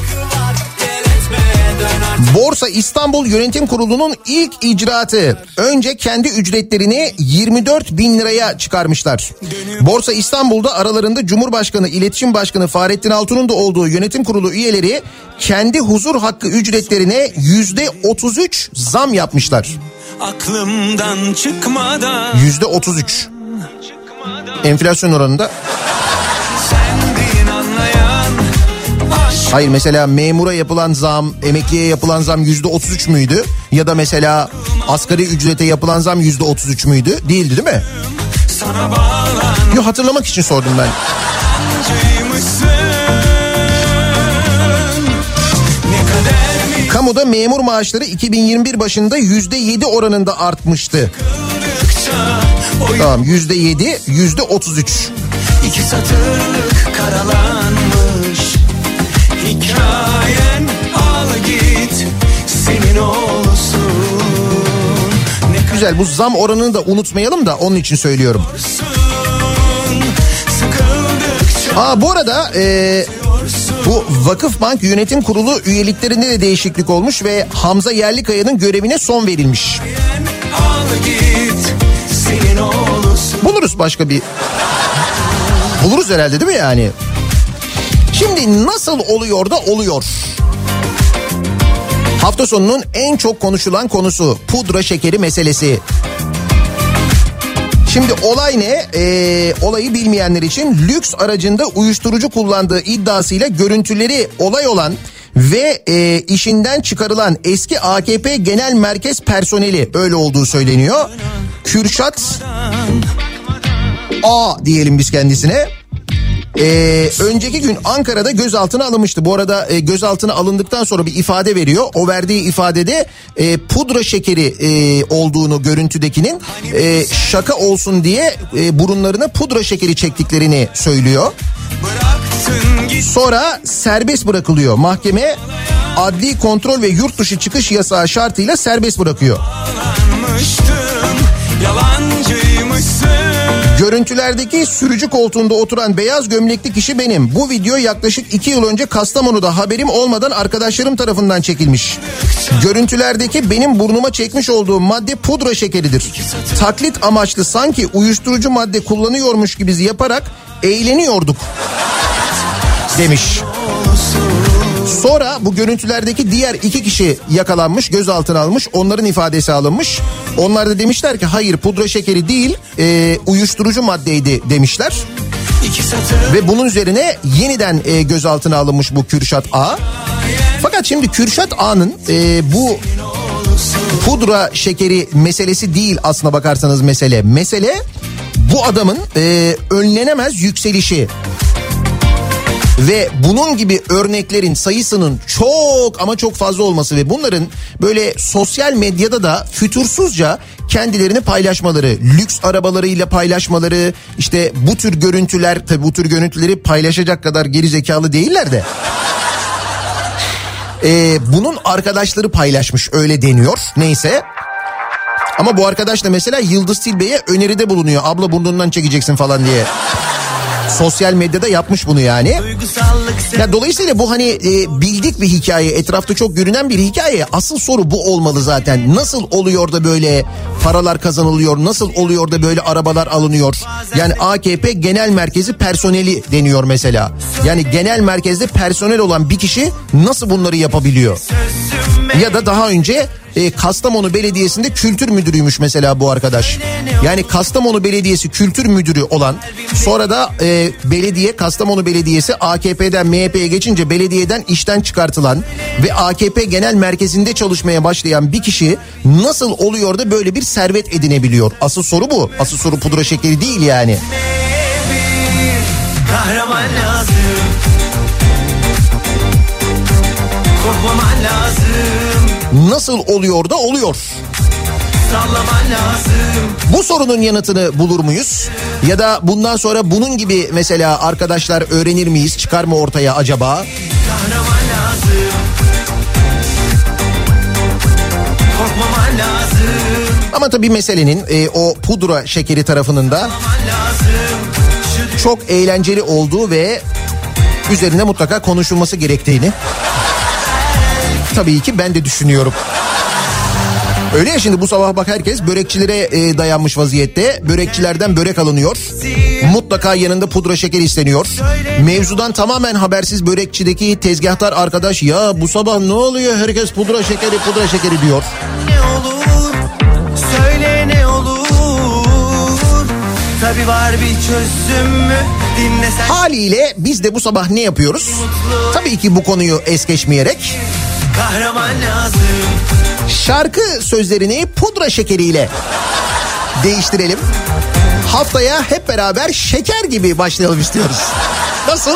Borsa İstanbul Yönetim Kurulu'nun ilk icraatı. Önce kendi ücretlerini 24 bin liraya çıkarmışlar. Borsa İstanbul'da aralarında Cumhurbaşkanı, İletişim Başkanı Fahrettin Altun'un da olduğu yönetim kurulu üyeleri kendi huzur hakkı ücretlerine %33 zam yapmışlar. Aklımdan çıkmadan. %33. Enflasyon oranında. Hayır, mesela memura yapılan zam, emekliye yapılan zam %33 müydü? Ya da mesela asgari ücrete yapılan zam %33 müydü? Değildi değil mi? Yok, hatırlamak için sordum ben. Kamuda memur maaşları 2021 başında %7 oranında artmıştı. Tamam, %7, %33. İki satırlık karalanmış hikayen, al git senin olsun. Güzel, bu zam oranını da unutmayalım da onun için söylüyorum. Bu arada bu Vakıfbank Yönetim Kurulu üyeliklerinde de değişiklik olmuş ve Hamza Yerlikaya'nın görevine son verilmiş. Buluruz başka bir... Buluruz herhalde değil mi yani? Şimdi nasıl oluyor da oluyor? Hafta sonunun en çok konuşulan konusu pudra şekeri meselesi. Şimdi olay ne? Olayı bilmeyenler için, lüks aracında uyuşturucu kullandığı iddiasıyla görüntüleri olay olan ve işinden çıkarılan eski AKP Genel Merkez personeli, öyle olduğu söyleniyor. Kürşat A diyelim biz kendisine. Önceki gün Ankara'da gözaltına alınmıştı. Bu arada gözaltına alındıktan sonra bir ifade veriyor. O verdiği ifadede pudra şekeri olduğunu, görüntüdekinin şaka olsun diye burunlarına pudra şekeri çektiklerini söylüyor. Sonra serbest bırakılıyor. Mahkeme adli kontrol ve yurt dışı çıkış yasağı şartıyla serbest bırakıyor. Görüntülerdeki sürücü koltuğunda oturan beyaz gömlekli kişi benim. Bu video yaklaşık 2 yıl önce Kastamonu'da haberim olmadan arkadaşlarım tarafından çekilmiş. Görüntülerdeki benim burnuma çekmiş olduğum madde pudra şekeridir. Taklit amaçlı sanki uyuşturucu madde kullanıyormuş gibi yaparak eğleniyorduk demiş. Sonra bu görüntülerdeki diğer 2 kişi yakalanmış, gözaltına alınmış, onların ifadesi alınmış. Onlar da demişler ki hayır pudra şekeri değil, uyuşturucu maddeydi demişler. Ve bunun üzerine yeniden gözaltına alınmış bu Kürşat A. Fakat şimdi Kürşat A'nın bu pudra şekeri meselesi değil aslına bakarsanız mesele. Mesele bu adamın önlenemez yükselişi. Ve bunun gibi örneklerin sayısının çok ama çok fazla olması ve bunların böyle sosyal medyada da fütursuzca kendilerini paylaşmaları, lüks arabalarıyla paylaşmaları, işte bu tür görüntüler, tabii bu tür görüntüleri paylaşacak kadar gerizekalı değiller de. Bunun arkadaşları paylaşmış, öyle deniyor, neyse. Ama bu arkadaş da mesela Yıldız Tilbe'ye öneride bulunuyor, abla burnundan çekeceksin falan diye. Sosyal medyada yapmış bunu yani. Ya dolayısıyla bu hani bildik bir hikaye, etrafta çok görünen bir hikaye. Asıl soru bu olmalı zaten. Nasıl oluyor da böyle paralar kazanılıyor? Nasıl oluyor da böyle arabalar alınıyor? Yani AKP Genel Merkezi personeli deniyor mesela. Yani genel merkezde personel olan bir kişi nasıl bunları yapabiliyor? Ya da daha önce Kastamonu Belediyesi'nde kültür müdürüymüş mesela bu arkadaş. Yani Kastamonu Belediyesi kültür müdürü olan, sonra da Kastamonu Belediyesi AKP'den MHP'ye geçince belediyeden işten çıkartılan ve AKP genel merkezinde çalışmaya başlayan bir kişi nasıl oluyor da böyle bir servet edinebiliyor? Asıl soru bu. Asıl soru pudra şekeri değil yani. Kahraman lazım. Korkmaman lazım. Nasıl oluyor da oluyor? Sallaman lazım. Bu sorunun yanıtını bulur muyuz? Ya da bundan sonra bunun gibi mesela arkadaşlar öğrenir miyiz? Çıkar mı ortaya acaba? Kahraman lazım. Korkmaman lazım. Ama tabii meselenin o pudra şekeri tarafının da çok eğlenceli olduğu ve üzerine mutlaka konuşulması gerektiğini tabii ki ben de düşünüyorum. Öyle ya, şimdi bu sabah bak herkes börekçilere dayanmış vaziyette. Börekçilerden börek alınıyor. Mutlaka yanında pudra şeker isteniyor. Mevzudan tamamen habersiz börekçideki tezgahtar arkadaş, ya bu sabah ne oluyor, herkes pudra şekeri diyor. Ne olur söyle, ne olur. Tabii var bir çözümü, dinlesen. Haliyle biz de bu sabah ne yapıyoruz? Tabii ki bu konuyu es geçmeyerek Kahraman lazım. şarkı sözlerini pudra şekeriyle değiştirelim. Haftaya hep beraber şeker gibi başlayalım istiyoruz. Nasıl?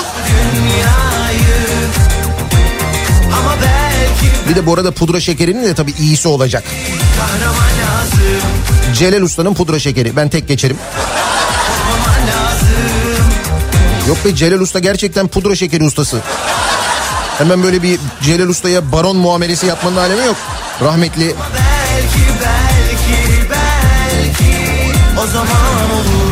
Ama belki bir de bu arada pudra şekerinin de tabii iyisi olacak. kahraman lazım. Celal Usta'nın pudra şekeri. Ben tek geçerim. Kahraman lazım. Yok be, Celal Usta gerçekten pudra şekeri ustası. Hemen böyle bir Celal Usta'ya baron muamelesi yapmanın alemi yok. Rahmetli. Belki o zaman olur.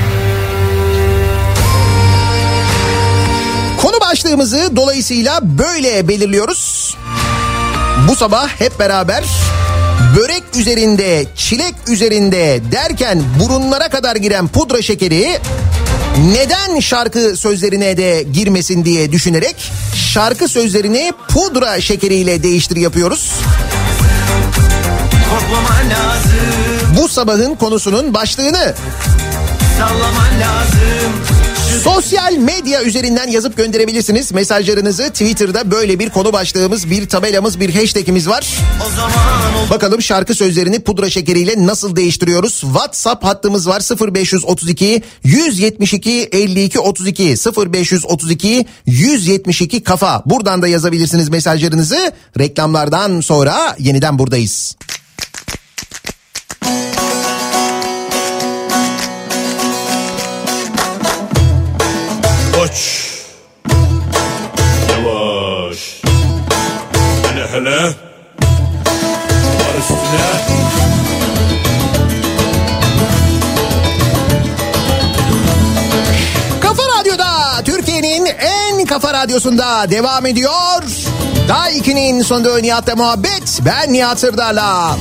Konu başlığımızı dolayısıyla böyle belirliyoruz. Bu sabah hep beraber börek üzerinde, çilek üzerinde derken burunlara kadar giren pudra şekeri neden şarkı sözlerine de girmesin diye düşünerek şarkı sözlerini pudra şekeriyle değiştir yapıyoruz. Korkmaman lazım. Bu sabahın konusunun başlığını Sallaman lazım. Sosyal medya üzerinden yazıp gönderebilirsiniz mesajlarınızı. Twitter'da böyle bir konu başlığımız, bir tabelamız, bir hashtagimiz var. Bakalım şarkı sözlerini pudra şekeriyle nasıl değiştiriyoruz? WhatsApp hattımız var 0532 172 52 32 0532 172 kafa. Buradan da yazabilirsiniz mesajlarınızı. Reklamlardan sonra yeniden buradayız. Koç. Yavaş. Hele hele. Var üstüne. Kafa Radyo'da, Türkiye'nin en kafa radyosunda devam ediyor. Daha 2'nin sonunda Nihat'la muhabbet. Ben Nihat Sırdar'la.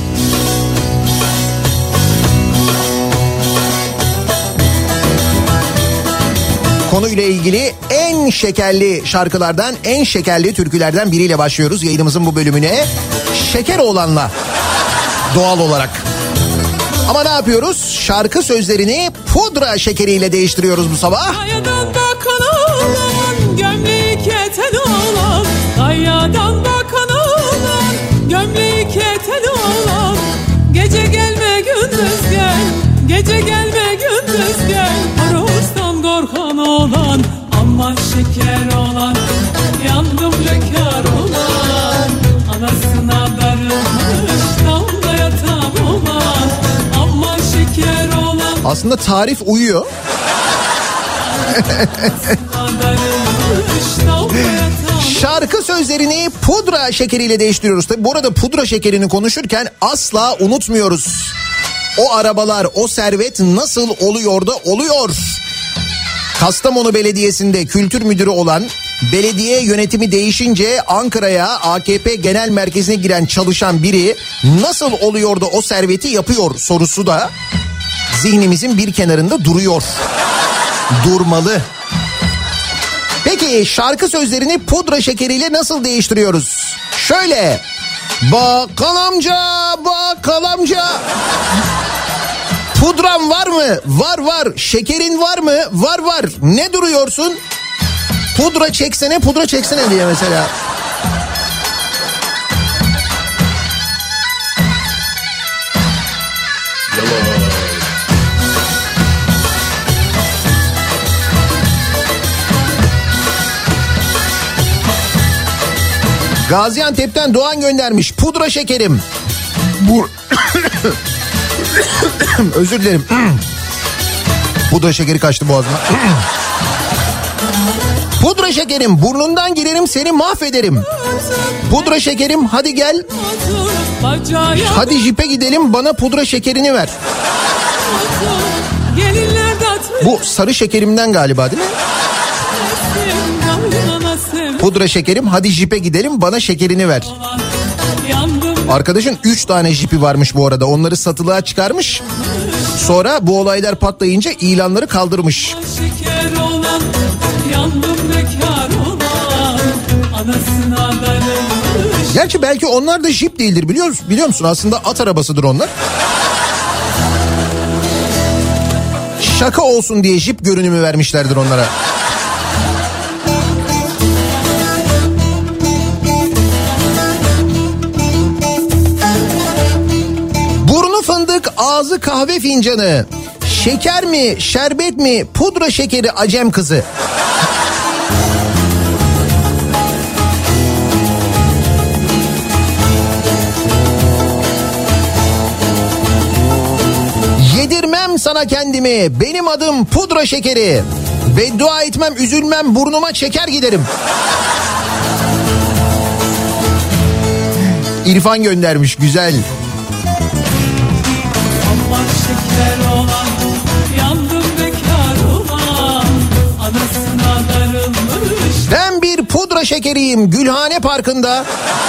Konuyla ilgili en şekerli şarkılardan, en şekerli türkülerden biriyle başlıyoruz yayınımızın bu bölümüne. Şekeroğlan'la doğal olarak. Ama ne yapıyoruz? Şarkı sözlerini pudra şekeriyle değiştiriyoruz bu sabah. Dayadan bakan oğlan, gömleği keten oğlan. Dayadan bakan oğlan, gömleği keten oğlan. Gece gelme gündüz gel, gece gelme gündüz gel. Horozdan korkan oğlan, aman şeker olan. Yandım lekar olan, anasına darılmış damda yatan olan. Aman şeker olan. Aslında tarif uyuyor. Şarkı sözlerini pudra şekeriyle değiştiriyoruz. Tabii bu arada pudra şekerini konuşurken asla unutmuyoruz. O arabalar, o servet nasıl oluyor da oluyor. Kastamonu Belediyesi'nde kültür müdürü olan, belediye yönetimi değişince Ankara'ya AKP genel merkezine giren çalışan biri nasıl oluyor da o serveti yapıyor sorusu da zihnimizin bir kenarında duruyor. Durmalı. Peki şarkı sözlerini pudra şekeriyle nasıl değiştiriyoruz? Şöyle. Bakkal amca, bakkal amca. Pudran var mı? Var var. Şekerin var mı? Var var. Ne duruyorsun? Pudra çeksene, pudra çeksene diye mesela. Gaziantep'ten Doğan göndermiş. Pudra şekerim. Bu özür dilerim. Pudra şekeri kaçtı boğazıma. Pudra şekerim, burnundan girerim seni mahvederim. Pudra şekerim, hadi gel. Hadi jipe gidelim, bana pudra şekerini ver. Bu sarı şekerimden galiba değil mi? Pudra şekerim, hadi jipe gidelim, bana şekerini ver. Arkadaşın 3 tane jipi varmış bu arada, onları satılığa çıkarmış. Sonra bu olaylar patlayınca ilanları kaldırmış. Gerçi belki onlar da jip değildir, biliyor musun? Aslında at arabasıdır onlar. Şaka olsun diye jip görünümü vermişlerdir onlara. Burnu fındık, ağzı kahve fincanı. Şeker mi, şerbet mi, pudra şekeri acem kızı. Yedirmem sana kendimi, benim adım pudra şekeri. Beddua etmem, üzülmem, burnuma çeker giderim. İrfan göndermiş, güzel. Aman şeker olan, yandım bekar olan, anasına darılmış. Ben bir pudra şekeriyim Gülhane Parkı'nda.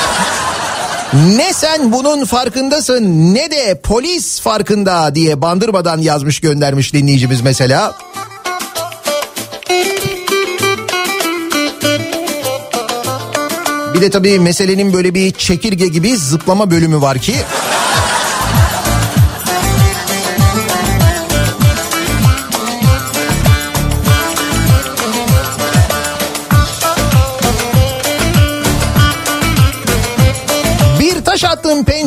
Ne sen bunun farkındasın ne de polis farkında diye Bandırma'dan yazmış, göndermiş dinleyicimiz mesela. Bir de tabii meselenin böyle bir çekirge gibi zıplama bölümü var ki.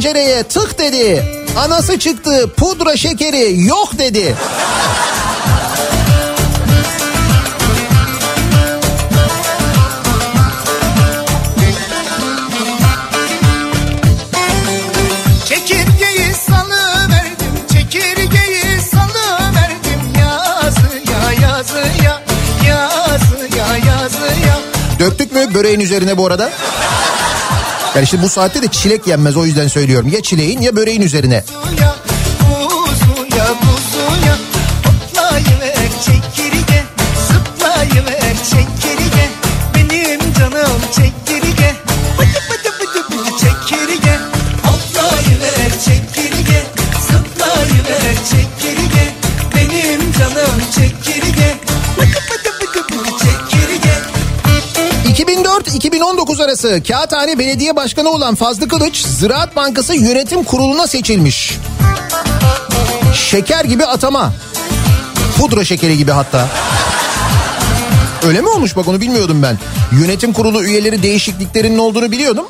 tencereye tık dedi. Anası çıktı pudra şekeri yok dedi. Çekirgeyi salıverdim, çekirgeyi salıverdim. Yazıya yazıya, yazıya yazıya. Döktük mü böreğin üzerine bu arada? Yani işte bu saatte de çilek yenmez, o yüzden söylüyorum. Ya çileğin ya böreğin üzerine. Buzuya, buzuya, buzuya. Hoplayıver çekirge, zıplayıver çekirge. Benim canım çekirge. Bıdı bıdı bıdı bıdı çekirge. Hoplayıver çekirge, zıplayıver çekirge. Benim canım çekirge. Bıdı bıdı bıdı bıdı çekirge. 2004-2019 arası Kağıthane Belediye Başkanı olan Fazlı Kılıç, Ziraat Bankası Yönetim Kurulu'na seçilmiş. Şeker gibi atama. Pudra şekeri gibi hatta. Öyle mi olmuş, bak onu bilmiyordum ben. Yönetim Kurulu üyeleri değişikliklerinin olduğunu biliyordum.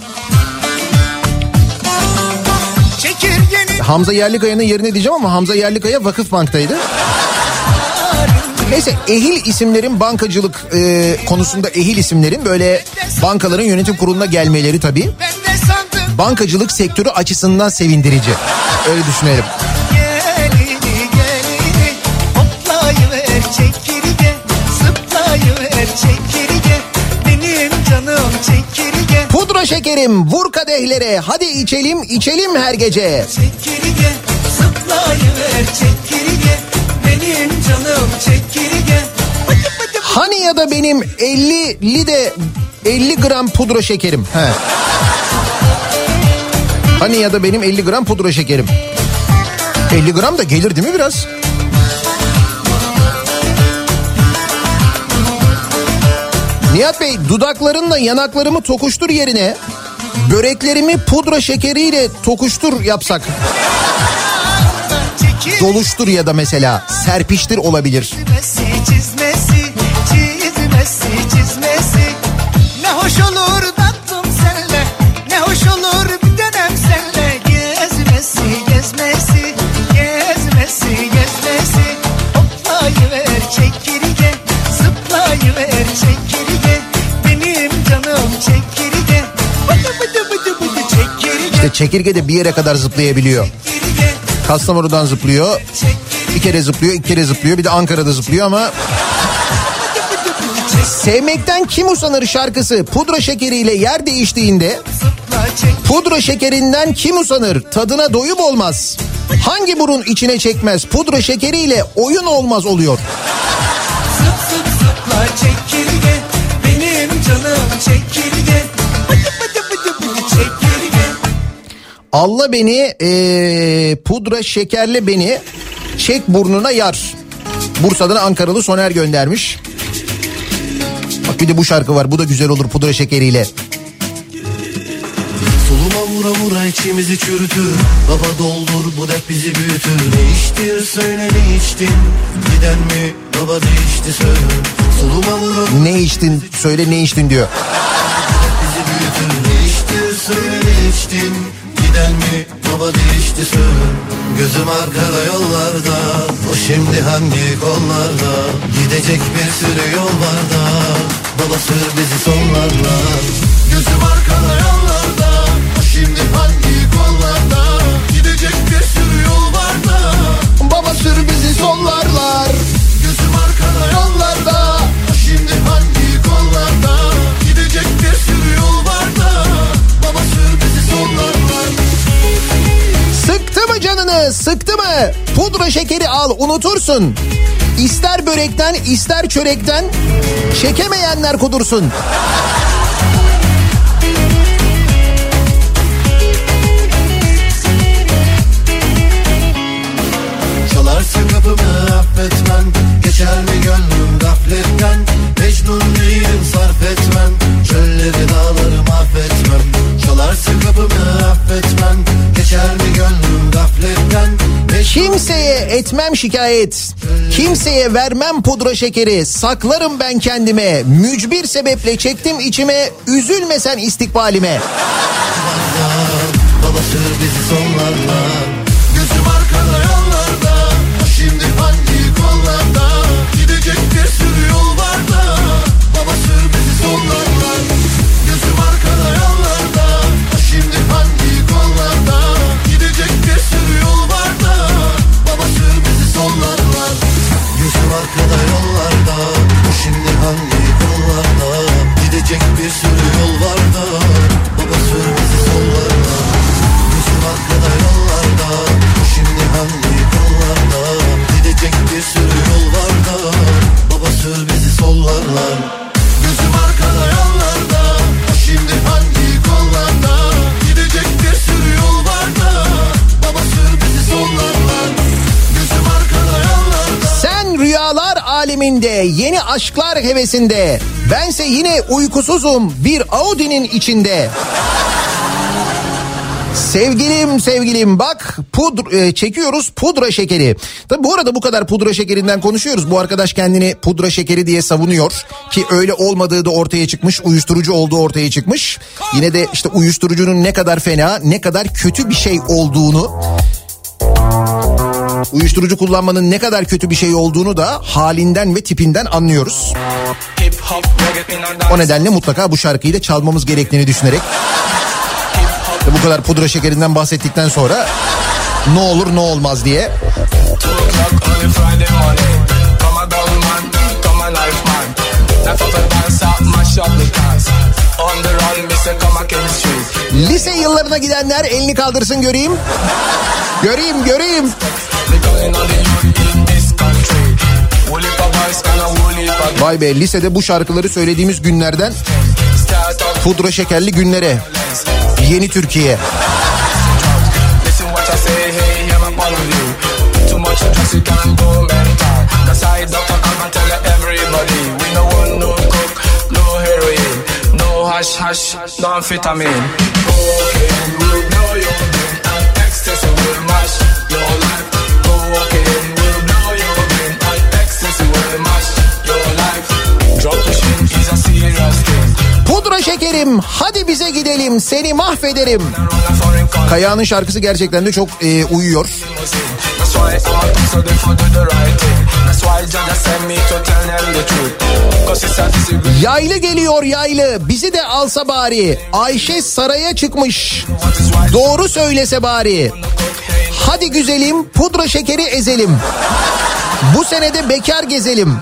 Hamza Yerlikaya'nın yerine diyeceğim ama Hamza Yerlikaya Vakıfbank'taydı. Neyse, ehil isimlerin bankacılık konusunda ehil isimlerin böyle bankaların yönetim kuruluna gelmeleri tabii bankacılık sektörü açısından sevindirici. Öyle düşünelim. Gelini gelini hoplayıver çekirge, zıplayıver çekirge. Benim canım çekirge. Pudra şekerim vur kadehlere, hadi içelim içelim her gece. Çekirge, zıplayıver çekirge. Benim canım çekirge. Hani ya da benim 50 gram pudra şekerim. He. Hani ya da benim 50 gram pudra şekerim. 50 gram da gelir değil mi biraz? Nihat Bey, dudaklarınla yanaklarımı tokuştur yerine böreklerimi pudra şekeriyle tokuştur yapsak. Doluştur ya da mesela serpiştir olabilir. Çizmesi, çizmesi. Ne hoş olur tatlım senle, ne hoş olur bir dönem senle. Gezmesi. Hoplayıver çekirge, zıplayıver çekirge. Benim canım çekirge. Bıdı çekirge. İşte çekirge de bir yere kadar zıplayabiliyor. Kastamonu'dan zıplıyor. Bir kere zıplıyor, iki kere zıplıyor. Bir de Ankara'da zıplıyor ama... Sevmekten kim usanır şarkısı pudra şekeriyle yer değiştiğinde pudra şekerinden kim usanır, tadına doyum olmaz. Hangi burun içine çekmez, pudra şekeriyle oyun olmaz oluyor. Zıpla çekirge, benim canım çekirge. Bıdı çekirge. Alla beni pudra şekerle beni çek burnuna yar. Bursa'dan Ankaralı Soner göndermiş. Bak bir de bu şarkı var, bu da güzel olur pudra şekeriyle. Soluma vura vura içimizi çürütür. Baba doldur bu dert bizi büyütür. Ne içtir söyle ne içtin, giden mi baba değişti söyle. Soluma vura vura. Ne içtin söyle ne içtin diyor. Bizi büyütür. Ne içtir söyle ne içtin, giden mi baba değişti söyle. Gözüm arkada yollarda, o şimdi hangi kollarda. Gidecek bir sürü yol var da, baba sür bizi sonlarla. Gözüm arkada yollarda, o şimdi hangi kollarda. Gidecek bir sürü yol var da, baba sür bizi sonlarlar. Gözüm arkada yollarda, o şimdi hangi kollarda. Gidecek bir sürü yol var da, baba sür bizi sonlarlar. Sıktı mı canını, sıktı mı? Pudra şekeri al, unutursun. İster börekten ister çörekten çekemeyenler kudursun. Çalarsın kapımı affetmem, geçer mi gönlüm gafletten. Mecnun değilim sarf etmem, çölleri dağları mahvetmem. Çalarsın kapımı affetmem, geçer mi gönlüm gafletten. Kimseye etmem şikayet, kimseye vermem pudra şekeri, saklarım ben kendime, mücbir sebeple çektim içime, üzülme sen istikbalime. baba sür bizi sonlarla. Gözüm arkada yollarda, şimdi hangi kollarda? Gidecek bir sürü yol var da, baba sür bizi sonlarla. Gözüm arkada yollarda, şimdi hangi kollarda? Gidecek bir sürü yol var da, baba sür bizi sonlarla. Gözüm arkada yollarda, şimdi hangi kollarda? Gidecek bir sürü yol var da, baba sür bizi sonlarla. Gözüm arkada yollarda, şimdi hangi kollarda? Gidecek bir sürü yol var da, baba sür bizi sollarla. Gözüm arkada yollarda, şimdi hangi kollarda? Gidecek bir sürü yol var da, baba sür bizi sollarla. Gözüm arkada yollarda. Sen rüyalar aleminde, yeni aşklar hevesinde. Bense yine uykusuzum bir Audi'nin içinde. Sevgilim bak çekiyoruz pudra şekeri. Tabi bu arada bu kadar pudra şekerinden konuşuyoruz. Bu arkadaş kendini pudra şekeri diye savunuyor ki öyle olmadığı da ortaya çıkmış. Uyuşturucu olduğu ortaya çıkmış. Yine de işte uyuşturucunun ne kadar fena, ne kadar kötü bir şey olduğunu, uyuşturucu kullanmanın ne kadar kötü bir şey olduğunu da halinden ve tipinden anlıyoruz. O nedenle mutlaka bu şarkıyı da çalmamız gerektiğini düşünerek bu kadar pudra şekerinden bahsettikten sonra ne olur ne olmaz diye. Lise yıllarına gidenler elini kaldırsın göreyim. Göreyim. Vay be, lisede bu şarkıları söylediğimiz günlerden pudra şekerli günlere. Yeni Türkiye. Pudra şekerim hadi bize gidelim seni mahvederim. Kayağının şarkısı gerçekten de çok uyuyor. Yaylı geliyor yaylı bizi de alsa bari. Ayşe saraya çıkmış. Doğru söylese bari. Hadi güzelim pudra şekeri ezelim. Bu senede bekar gezelim.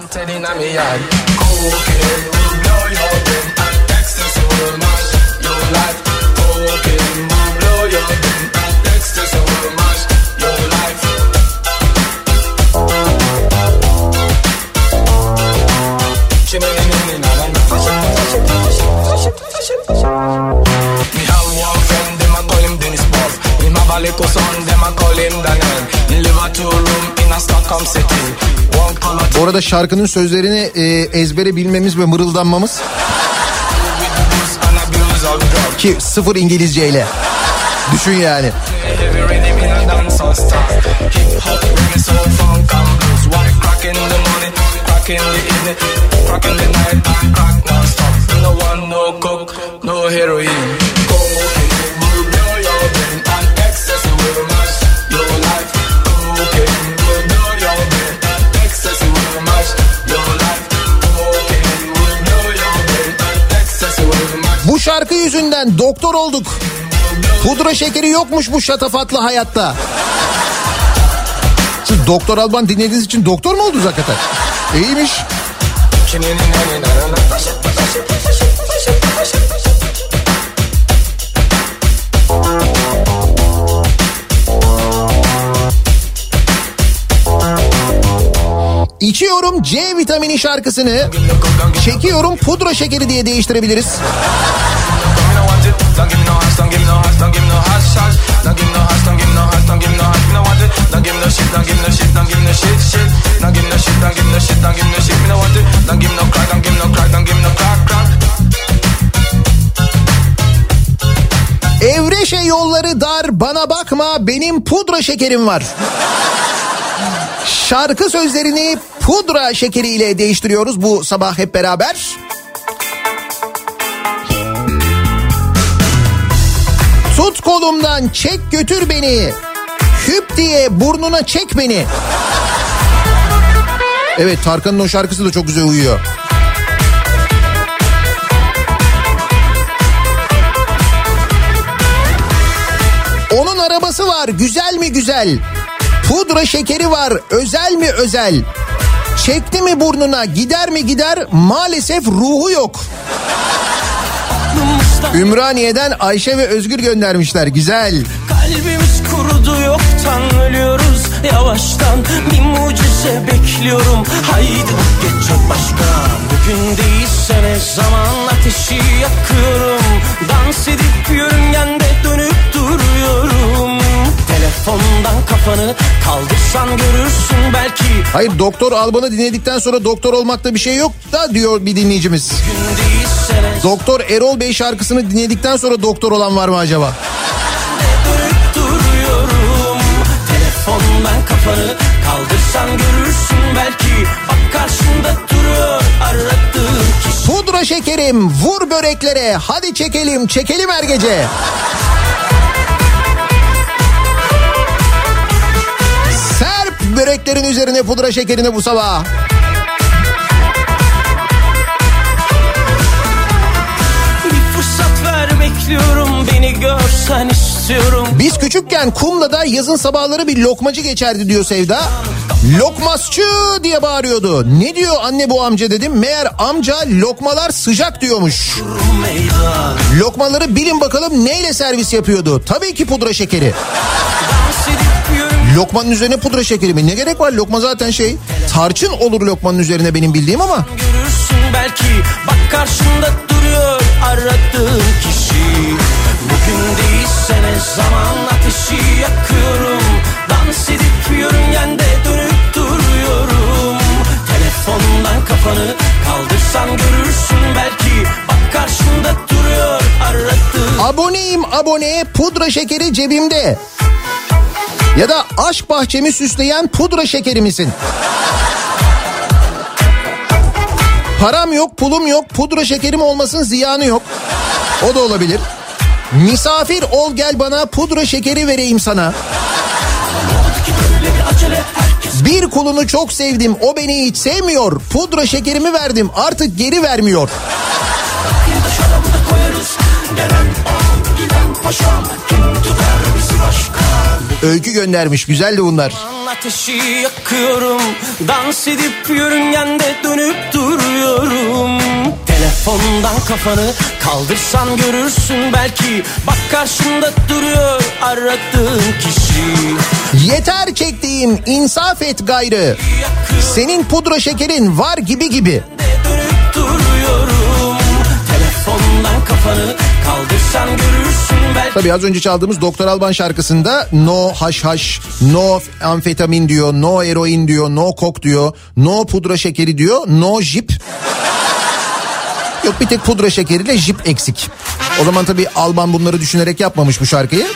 Bu arada şarkının sözlerini ezbere bilmemiz ve mırıldanmamız ki sıfır İngilizceyle. Düşün yani. Bu şarkı yüzünden doktor olduk. Pudra şekeri yokmuş bu şatafatlı hayatta. Siz Doktor Alban dinlediğiniz için doktor mu oldunuz hakikaten? İyiymiş. İçiyorum C vitamini şarkısını, çekiyorum pudra şekeri diye değiştirebiliriz. Evreşe yolları dar bana bakma benim pudra şekerim var. Şarkı sözlerini pudra şekeriyle değiştiriyoruz bu sabah hep beraber. Tut kolumdan çek götür beni. Hüp diye burnuna çek beni. Evet, Tarkan'ın o şarkısı da çok güzel uyuyor. Onun arabası var, güzel mi güzel. Pudra şekeri var, özel mi özel. Çekti mi burnuna, gider mi gider, maalesef ruhu yok. Ümraniye'den Ayşe ve Özgür göndermişler, güzel. Kalbimiz kurudu, yoktan ölüyoruz yavaştan. Bir mucize bekliyorum, haydi geçecek başka. Bugün değilse ne zaman ateşi yakıyorum. Dans edip yörüngende dönüp duruyorum. Telefondan kafanı kaldırsan görürsün belki. Hayır, Doktor Alban'ı dinledikten sonra doktor olmakta bir şey yok da diyor bir dinleyicimiz. Doktor Erol Bey şarkısını dinledikten sonra doktor olan var mı acaba? Telefondan kafanı kaldırsan görürsün belki. Bak karşında duruyor aradığın kişi. Pudra şekerim, vur böreklere, hadi çekelim çekelim her gece. Serp böreklerin üzerine pudra şekerini bu sabah. Bir fırsat ver bekliyorum, beni görsen istiyorum. Biz küçükken Kumla'da yazın sabahları bir lokmacı geçerdi diyor Sevda. Lokmasçı diye bağırıyordu. Ne diyor anne bu amca dedim. Meğer amca lokmalar sıcak diyormuş. Lokmaları bilin bakalım neyle servis yapıyordu? Tabii ki pudra şekeri. Lokmanın üzerine pudra şekeri mi? Ne gerek var? Lokma zaten tarçın olur lokmanın üzerine benim bildiğim ama. Görürsün belki, bak karşında duruyor aradığın kişi. Bugün değilse ne zaman ateşi yakıyorum. Dans edip yörüngende dönüp duruyorum. Telefondan kafanı kaldırsan görürsün belki. Bak karşında duruyor aradığın. Aboneyim abone, pudra şekeri cebimde. Ya da aşk bahçemi süsleyen pudra şekeri misin? Param yok, pulum yok, pudra şekerim olmasın ziyanı yok. O da olabilir. Misafir ol gel bana, pudra şekeri vereyim sana. Bir kulunu çok sevdim, o beni hiç sevmiyor. Pudra şekerimi verdim, artık geri vermiyor. Öykü göndermiş, güzel de bunlar. Ateşi yakıyorum, dans edip yörüngende dönüp duruyorum. Telefondan kafanı kaldırsan görürsün belki. Bak karşında duruyor aradığın kişi. Yeter çektiğim, insaf et gayrı. Senin pudra şekerin var gibi gibi. Dönüp duruyorum. Telefondan kafanı kaldırsan görürsün belki. Tabii az önce çaldığımız Doktor Alban şarkısında no haşhaş, no amfetamin diyor, no eroin diyor, no kok diyor, no pudra şekeri diyor, no jip. Yok, bir tek pudra şekeriyle jip eksik. O zaman tabii Alban bunları düşünerek yapmamış bu şarkıyı.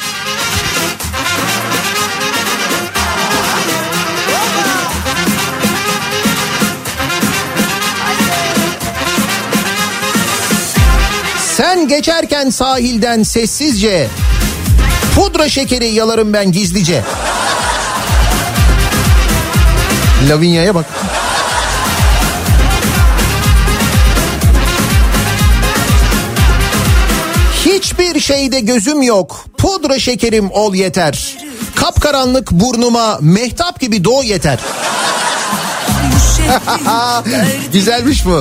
Sen geçerken sahilden sessizce, pudra şekeri yalarım ben gizlice. Lavinia'ya bak. Hiçbir şeyde gözüm yok, pudra şekerim ol yeter. Kapkaranlık burnuma mehtap gibi doğ yeter. Güzelmiş bu.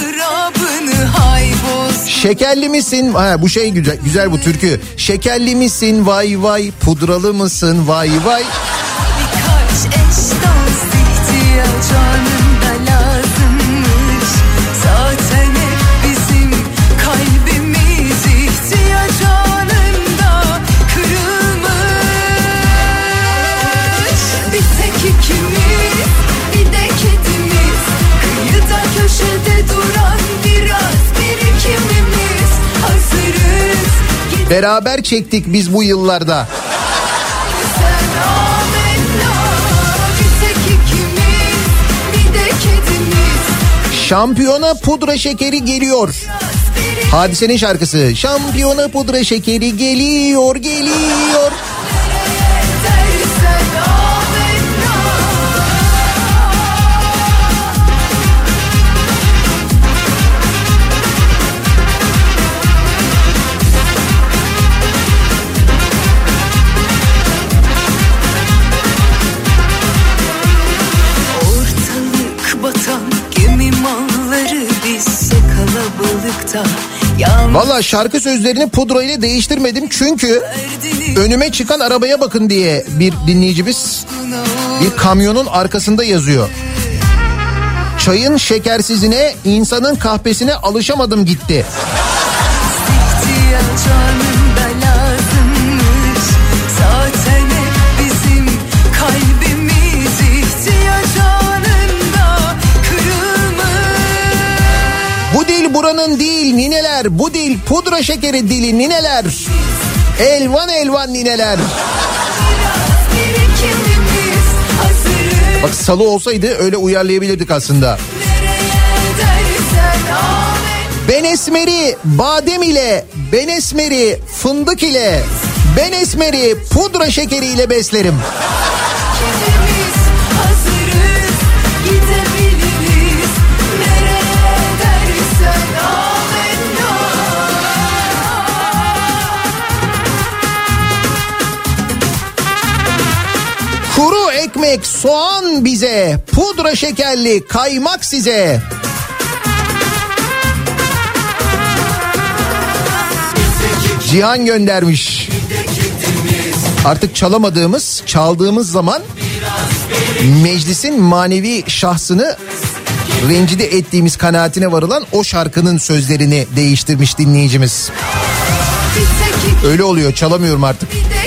Şekerli misin? Ha, bu güzel, güzel bu türkü. Şekerli misin vay vay, pudralı mısın vay vay. Birkaç eş dost ihtiyaç anında lazımmış. Zaten hep bizim kalbimiz ihtiyaç anında kırılmış. Bir tek ikimiz, bir de kedimiz, kıyıda köşede duran biraz birikimimiz. Hazırız. Beraber çektik biz bu yıllarda. Şampiyona pudra şekeri geliyor. Hadise'nin şarkısı. Şampiyona pudra şekeri geliyor geliyor. Valla şarkı sözlerini pudra ile değiştirmedim çünkü önüme çıkan arabaya bakın diye bir dinleyicimiz bir kamyonun arkasında yazıyor. Çayın şekersizine, insanın kahpesine alışamadım gitti. Bu dil buranın değil nineler, bu dil pudra şekeri dili nineler. Elvan elvan nineler. Bak salı olsaydı öyle uyarlayabilirdik aslında. Ben esmeri badem ile, ben esmeri fındık ile, ben esmeri pudra şekeri ile beslerim. Kuru ekmek, soğan bize, pudra şekerli kaymak size. Cihan göndermiş. Artık çalamadığımız, çaldığımız zaman meclisin manevi şahsını rencide ettiğimiz kanaatine varılan o şarkının sözlerini değiştirmiş dinleyicimiz. Öyle oluyor, çalamıyorum artık.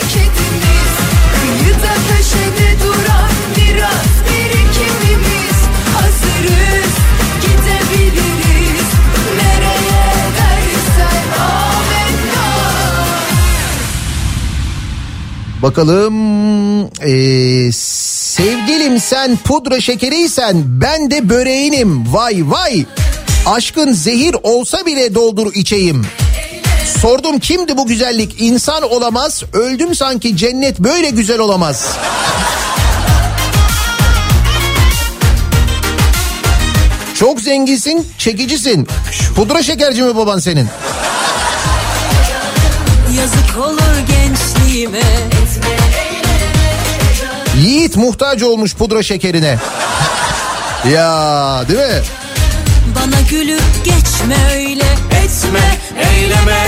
Bakalım sevgilim sen pudra şekeriysen ben de böreğinim vay vay. Aşkın zehir olsa bile doldur içeyim. Sordum kimdi bu güzellik, insan olamaz, öldüm sanki cennet böyle güzel olamaz. Çok zenginsin, çekicisin. Pudra şekerci mi baban senin? Yazık olur gençliğime. Yiğit muhtaç olmuş pudra şekerine. Ya değil mi? Bana gülüp geçme öyle. Etme eyleme.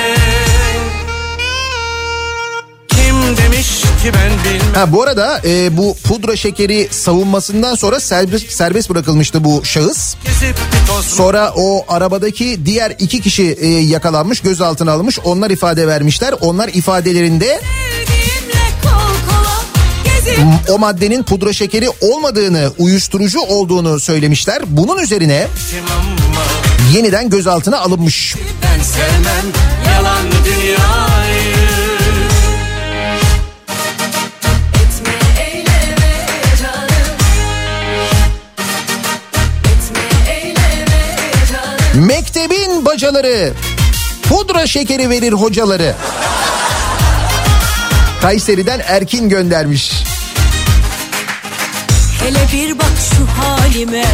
Kim demiş ki ben bilmem. Ha bu arada bu pudra şekeri savunmasından sonra serbest bırakılmıştı bu şahıs. Sonra o arabadaki diğer 2 kişi yakalanmış, gözaltına alınmış. Onlar ifade vermişler. Onlar ifadelerinde o maddenin pudra şekeri olmadığını, uyuşturucu olduğunu söylemişler. Bunun üzerine yeniden gözaltına alınmış. Ben sevmem yalan dünyayı. Mektebin bacaları pudra şekeri verir hocaları. Kayseri'den Erkin göndermiş. Hele bir bak şu halime.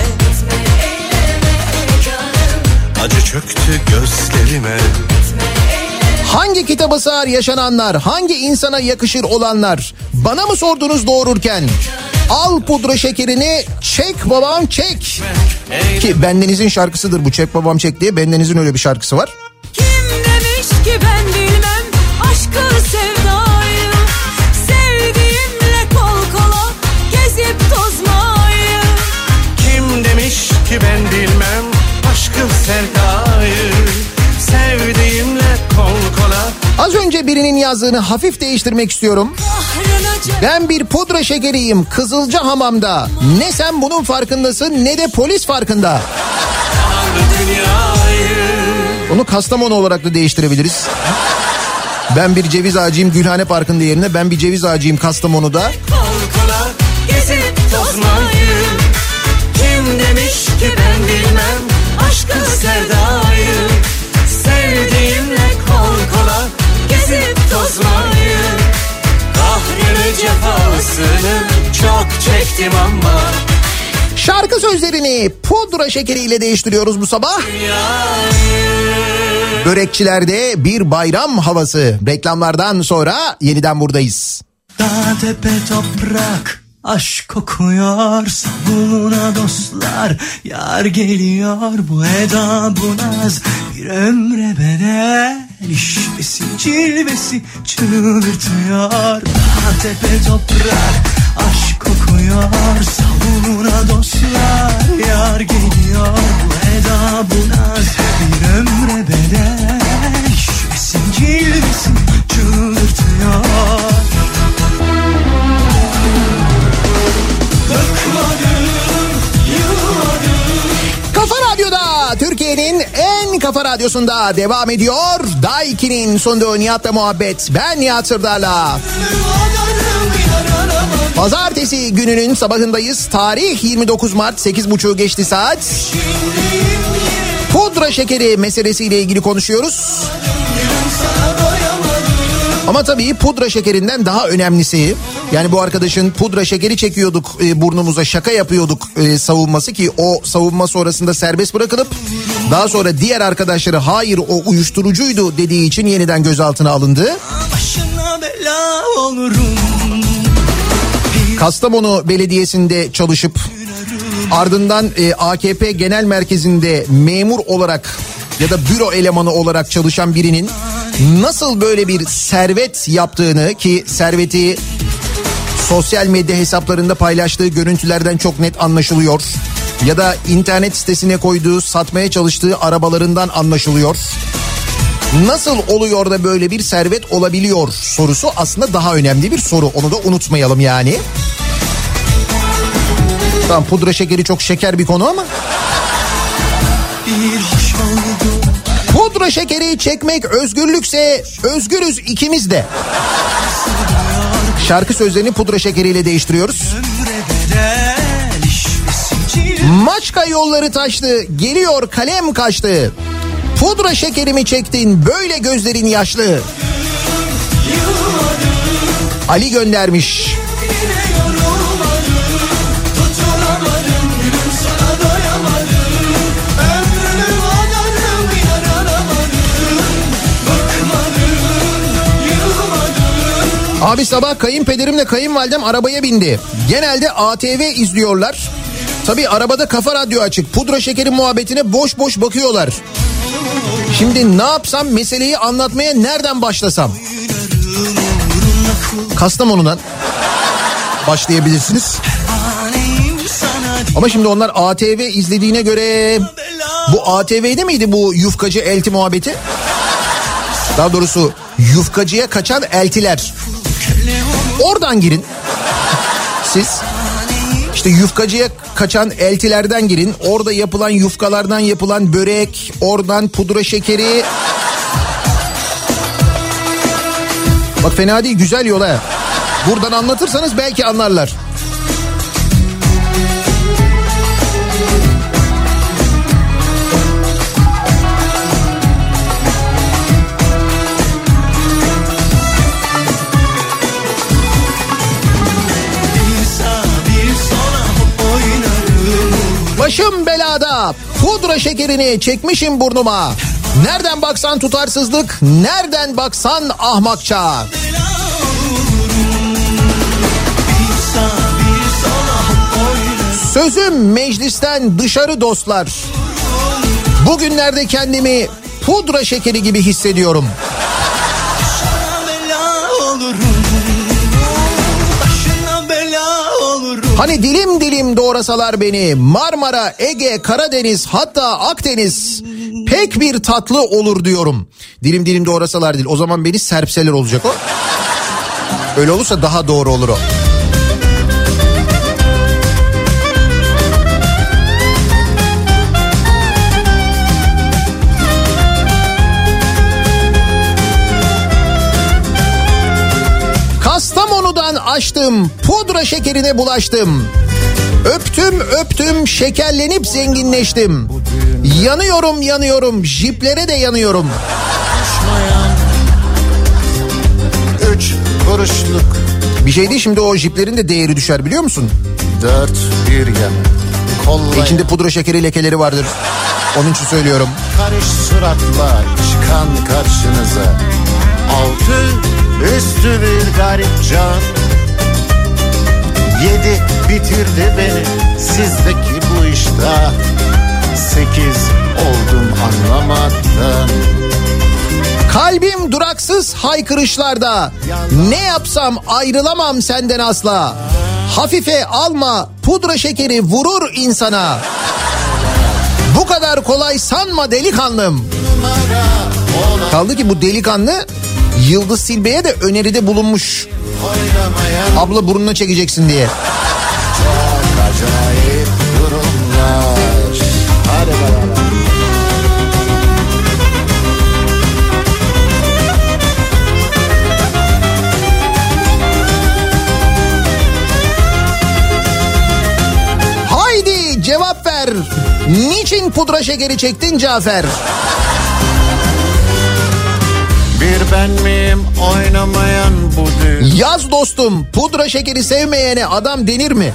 Acı çöktü gözlerime. Hangi kitaba sığar yaşananlar, hangi insana yakışır olanlar? Bana mı sordunuz doğururken? Al pudra şekerini çek babam çek. Ki bendenizin şarkısıdır bu, çek babam çek diye. Bendenizin öyle bir şarkısı var. Kim demiş ki ben bilmem aşkı sevdayı, sevdiğimle kol kola gezip tozmayı. Kim demiş ki ben bilmem aşkı sevdayı, sevdiğimle kol kola. Az önce birinin yazdığını hafif değiştirmek istiyorum. Ben bir pudra şekeriyim Kızılcahamam'da. Ne sen bunun farkındasın ne de polis farkında. Onu Kastamonu olarak da değiştirebiliriz. Ben bir ceviz ağacıyım Gülhane Parkı'nda yerine ben bir ceviz ağacıyım Kastamonu'da. Gezip tozmayı. Kim demiş ki ben bilmem aşkı sevdayı, ettim ama. Şarkı sözlerini pudra şekeriyle değiştiriyoruz bu sabah. Börekçilerde bir bayram havası. Reklamlardan sonra yeniden buradayız. Dağ tepe toprak aşk kokuyor, savununa dostlar, yar geliyor, bu eda bu naz bir ömre bedel, işvesi cilvesi çıldırtıyor. Dağ tepe toprak aşk kokuyor, savununa dostlar, yar geliyor, bu eda bu naz bir ömre bedel, işvesi cilvesi çıldırtıyor. Kafa Radyo'da, Türkiye'nin en kafa radyosunda devam ediyor. Daiki'nin sunduğu Nihat'la muhabbet. Ben Nihat Sırdar'la. Pazartesi gününün sabahındayız. Tarih 29 Mart, 8.30 geçti saat. Pudra şekeri meselesiyle ilgili konuşuyoruz. Ama tabii pudra şekerinden daha önemlisi, yani bu arkadaşın pudra şekeri çekiyorduk burnumuza, şaka yapıyorduk savunması, ki o savunma sonrasında serbest bırakılıp daha sonra diğer arkadaşları hayır o uyuşturucuydu dediği için yeniden gözaltına alındı. Kastamonu Belediyesi'nde çalışıp ardından AKP Genel Merkezi'nde memur olarak ya da büro elemanı olarak çalışan birinin nasıl böyle bir servet yaptığını, ki serveti sosyal medya hesaplarında paylaştığı görüntülerden çok net anlaşılıyor. Ya da internet sitesine koyduğu, satmaya çalıştığı arabalarından anlaşılıyor. Nasıl oluyor da böyle bir servet olabiliyor sorusu aslında daha önemli bir soru. Onu da unutmayalım yani. Tamam, pudra şekeri çok şeker bir konu ama... Pudra şekeri çekmek özgürlükse özgürüz ikimiz de. Şarkı sözlerini pudra şekeriyle değiştiriyoruz. Maçka yolları taştı, geliyor kalem kaçtı. Pudra şekerimi çektin, böyle gözlerin yaşlı. Ali göndermiş. Abi sabah kayınpederimle kayınvalidem arabaya bindi. Genelde ATV izliyorlar. Tabii arabada Kafa Radyo açık. Pudra şekeri muhabbetine boş boş bakıyorlar. Şimdi ne yapsam, meseleyi anlatmaya nereden başlasam? Kastamonu'dan başlayabilirsiniz. Ama şimdi onlar ATV izlediğine göre, bu ATV'de miydi bu yufkacı elti muhabbeti? Daha doğrusu yufkacıya kaçan eltiler. Oradan girin. Siz işte yufkacıya kaçan eltilerden girin. Orada yapılan yufkalardan yapılan börek, oradan pudra şekeri. Bak fena değil, güzel yol ha. Buradan anlatırsanız belki anlarlar. Başım belada, pudra şekerini çekmişim burnuma. Nereden baksan tutarsızlık, nereden baksan ahmakça. Sözüm meclisten dışarı dostlar. Bugünlerde kendimi pudra şekeri gibi hissediyorum. Hani dilim dilim doğrasalar beni, Marmara, Ege, Karadeniz, hatta Akdeniz pek bir tatlı olur diyorum. Dilim dilim doğrasalar değil, o zaman beni serpseler olacak o. Öyle olursa daha doğru olur o. Kastamonu'dan açtım, pudra şekerine bulaştım. Öptüm öptüm, şekerlenip zenginleştim. Yanıyorum yanıyorum, jiplere de yanıyorum. 3 kuruşluk. Bir şey değil, şimdi o jiplerin de değeri düşer biliyor musun? dört bir yanı kollaya. İçinde pudra şekeri lekeleri vardır. Onun için söylüyorum. Karış suratla çıkan karşınıza, altı üstü bir garip can. Yedi bitirdi beni sizdeki bu iştah. 8 oldum anlamadan. Kalbim duraksız haykırışlarda. Ne yapsam ayrılamam senden asla. Hafife alma, pudra şekeri vurur insana. Bu kadar kolay sanma delikanlım. Kaldı ki bu delikanlı Yıldız Silbe'ye de öneride bulunmuş. Abla burnuna çekeceksin diye. Çok acayip durumlar. Hadi bakalım. Haydi cevap ver. Niçin pudra şekeri çektin Cafer? Bir ben miyim oynamayan bu düğün? Yaz dostum, pudra şekeri sevmeyene adam denir mi?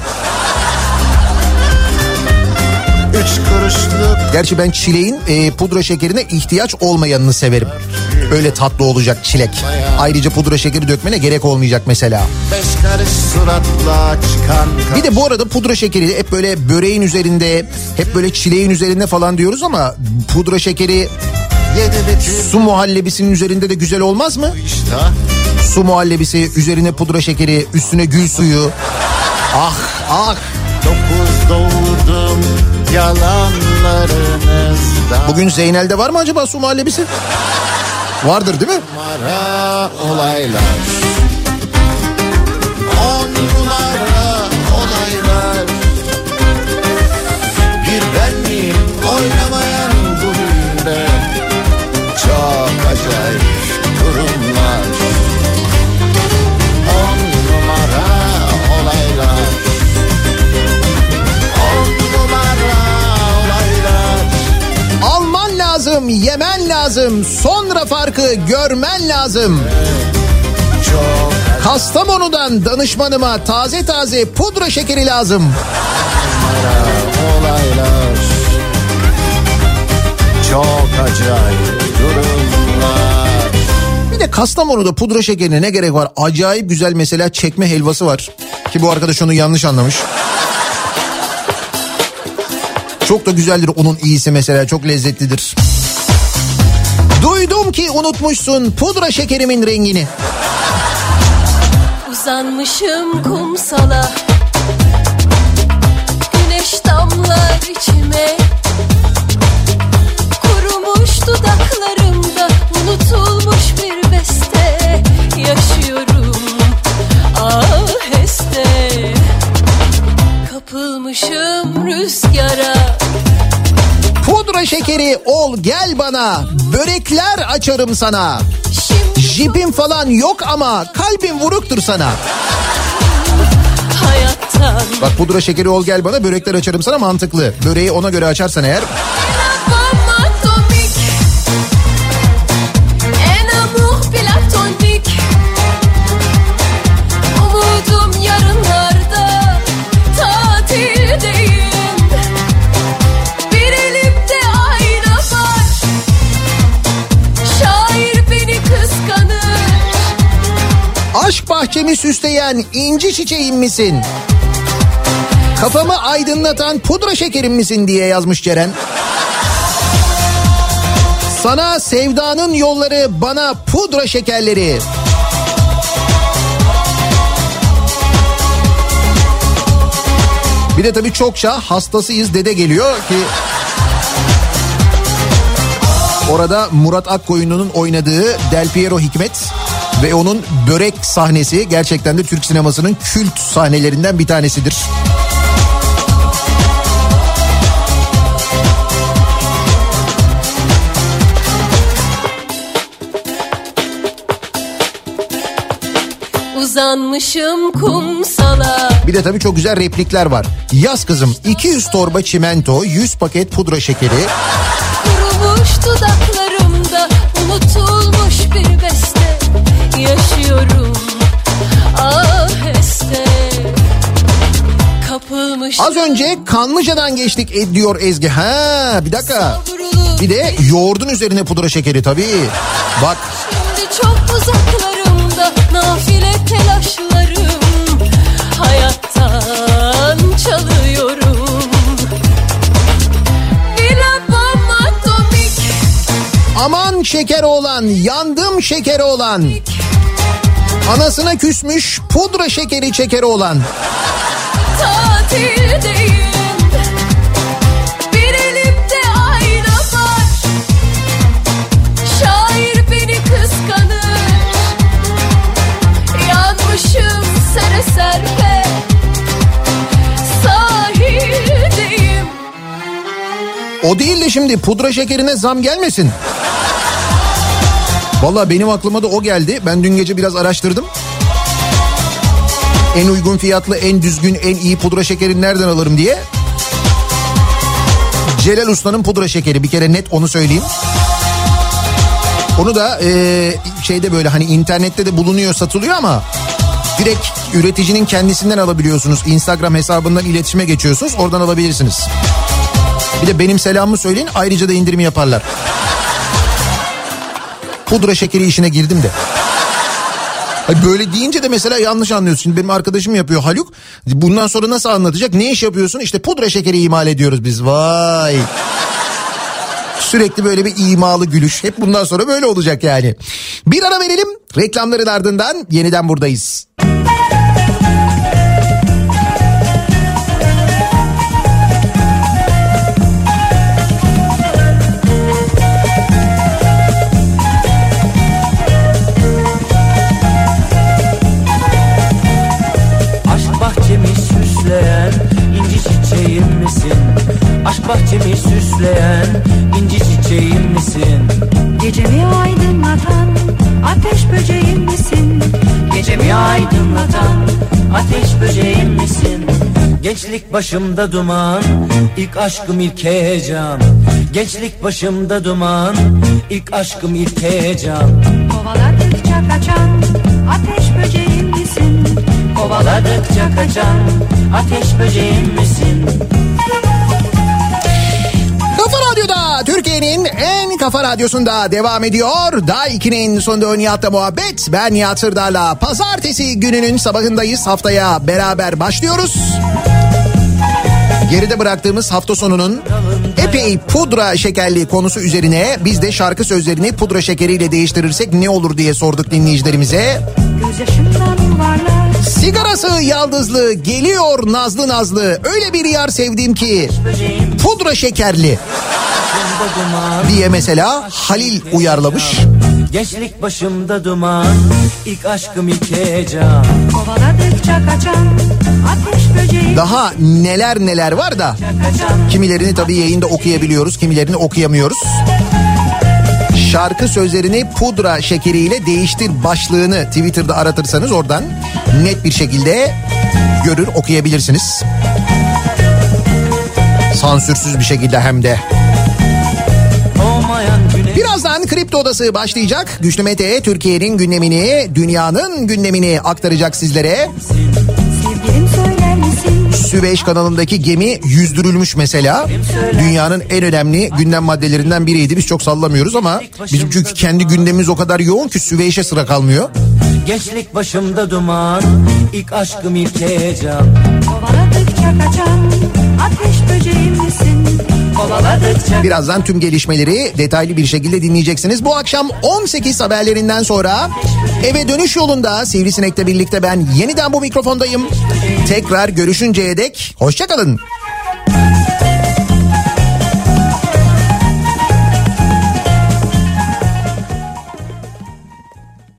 3 kuruşluk. Gerçi ben çileğin pudra şekerine ihtiyaç olmayanını severim. Öyle tatlı olacak çilek. Ayrıca pudra şekeri dökmene gerek olmayacak mesela. 5 karış suratla çıkan. Bir de bu arada pudra şekeri hep böyle böreğin üzerinde, hep böyle çileğin üzerinde falan diyoruz ama pudra şekeri su muhallebisinin üzerinde de güzel olmaz mı? Su muhallebisi, üzerine pudra şekeri, üstüne gül suyu. Ah ah. 9 doğurdum yalanlarınızdan. Bugün Zeynel'de var mı acaba su muhallebisi? Vardır değil mi? Numara olaylar. 10 numara olaylar. Bir ben miyim oynamayan bu düğünde? Çok acayip durumlar. 10 numara olaylar. 10 numara olaylar. Alman lazım, yemen lazım, sonra farkı görmen lazım. Kastamonu'dan danışmanıma taze taze pudra şekeri lazım. Olaylar. Çok acayip durumlar. Bir de Kastamonu'da pudra şekerine ne gerek var? Acayip güzel mesela çekme helvası var. Ki bu arkadaş onu yanlış anlamış. Çok da güzeldir onun iyisi mesela, çok lezzetlidir. Duydum ki unutmuşsun pudra şekerimin rengini. Uzanmışım kumsala, güneş damlar içime. Kurumuş dudaklarımda unutulmuş bir beste. Yaşıyorum aheste, kapılmışım rüzgara. Pudra şekeri ol gel bana, börekler açarım sana. Jipim falan yok ama kalbim vuruktur sana. Hayattan. Bak pudra şekeri ol gel bana, börekler açarım sana mantıklı. Böreği ona göre açarsan eğer. Umudum yarınlarda tatildeyim. Bir elimde ayna var, şair beni kıskanır. Aşk bahçemi süsleyen inci çiçeğim misin? Kafamı aydınlatan pudra şekerim misin diye yazmış Ceren. Sana sevdanın yolları, bana pudra şekerleri. Bir de tabii çokça hastasıyız dede geliyor ki... Orada Murat Akkoyunlu'nun oynadığı Del Piero Hikmet ve onun börek sahnesi gerçekten de Türk sinemasının kült sahnelerinden bir tanesidir. Uzanmışım kumsala. Bir de tabii çok güzel replikler var. Yaz kızım 200 torba çimento, 100 paket pudra şekeri. Kurumuş dudaklarımda unutulmuş bir beste. Yaşıyorum aheste, kapı yapılmış. Az önce Kanlıca'dan geçtik diyor Ezgi. Ha bir dakika. Bir de yoğurdun üzerine pudra şekeri tabii. Bak. Şimdi çok uzaklarımda nafile telaşlarım. Hayattan çalıyorum. Aman şeker oğlan, yandım şekeri olan. Anasına küsmüş pudra şekeri çekeri olan. Tatildeyim. Bir elimde ayna var. Şair beni kıskanır. Yanmışım sere serpe. Sahildeyim. O değil de şimdi pudra şekerine zam gelmesin. Vallahi benim aklıma da o geldi. Ben dün gece biraz araştırdım. En uygun fiyatlı, en düzgün, en iyi pudra şekerini nereden alırım diye. Celal Usta'nın pudra şekeri, bir kere net onu söyleyeyim. Onu da şeyde böyle hani internette de bulunuyor, satılıyor ama direkt üreticinin kendisinden alabiliyorsunuz. Instagram hesabından iletişime geçiyorsunuz, oradan alabilirsiniz. Bir de benim selamımı söyleyin, ayrıca da indirim yaparlar. Pudra şekeri işine girdim de. Böyle deyince de mesela yanlış anlıyorsun. Şimdi benim arkadaşım yapıyor Haluk. Bundan sonra nasıl anlatacak? Ne iş yapıyorsun? İşte pudra şekeri imal ediyoruz biz. Vay. Sürekli böyle bir imalı gülüş. Hep bundan sonra böyle olacak yani. Bir ara verelim. Reklamların ardından yeniden buradayız. İnci çiçeğim misin? Aşk bahçemi süsleyen inci çiçeğim misin? Gecemi aydınlatan ateş böceğim misin? Gecemi aydınlatan ateş böceğim misin? Gençlik başımda duman, ilk aşkım ilk heyecan. Gençlik başımda duman, ilk aşkım ilk heyecan. Kovaladıkça kaçan ateş böceğim misin? Kovaladıkça kaçan ateş böceğim misin? Kafa Radyo'da, Türkiye'nin en kafa radyosunda devam ediyor. Daha 2'nin sonunda Nihat'la muhabbet. Ben Nihat Sırdar'la pazartesi gününün sabahındayız. Haftaya beraber başlıyoruz. Geride bıraktığımız hafta sonunun epey pudra şekerli konusu üzerine biz de şarkı sözlerini pudra şekeriyle değiştirirsek ne olur diye sorduk dinleyicilerimize. Sigarası yaldızlı, geliyor nazlı nazlı, öyle bir yar sevdim ki pudra şekerli diye mesela Halil uyarlamış. Gençlik başımda duman, ilk aşkım ilk heyecan. Kovaladıkça kaçan ateş böceğim. Daha neler neler var da kimilerini tabii yayında okuyabiliyoruz, kimilerini okuyamıyoruz. Şarkı sözlerini pudra şekeriyle değiştir başlığını Twitter'da aratırsanız oradan net bir şekilde görür, okuyabilirsiniz. Sansürsüz bir şekilde hem de. Birazdan Kripto Odası başlayacak. Güçlü Mete Türkiye'nin gündemini, dünyanın gündemini aktaracak sizlere. Süveyş kanalındaki gemi yüzdürülmüş mesela. Dünyanın en önemli gündem maddelerinden biriydi. Biz çok sallamıyoruz ama bizim çünkü kendi gündemimiz o kadar yoğun ki Süveyş'e sıra kalmıyor. Gençlik başımda duman, ilk aşkım ilk heyecan. Kovaladıkça kaçan ateş böceğim misin? Birazdan tüm gelişmeleri detaylı bir şekilde dinleyeceksiniz. Bu akşam 18 haberlerinden sonra eve dönüş yolunda Sivrisinek'le birlikte ben yeniden bu mikrofondayım. Tekrar görüşünceye dek hoşça kalın.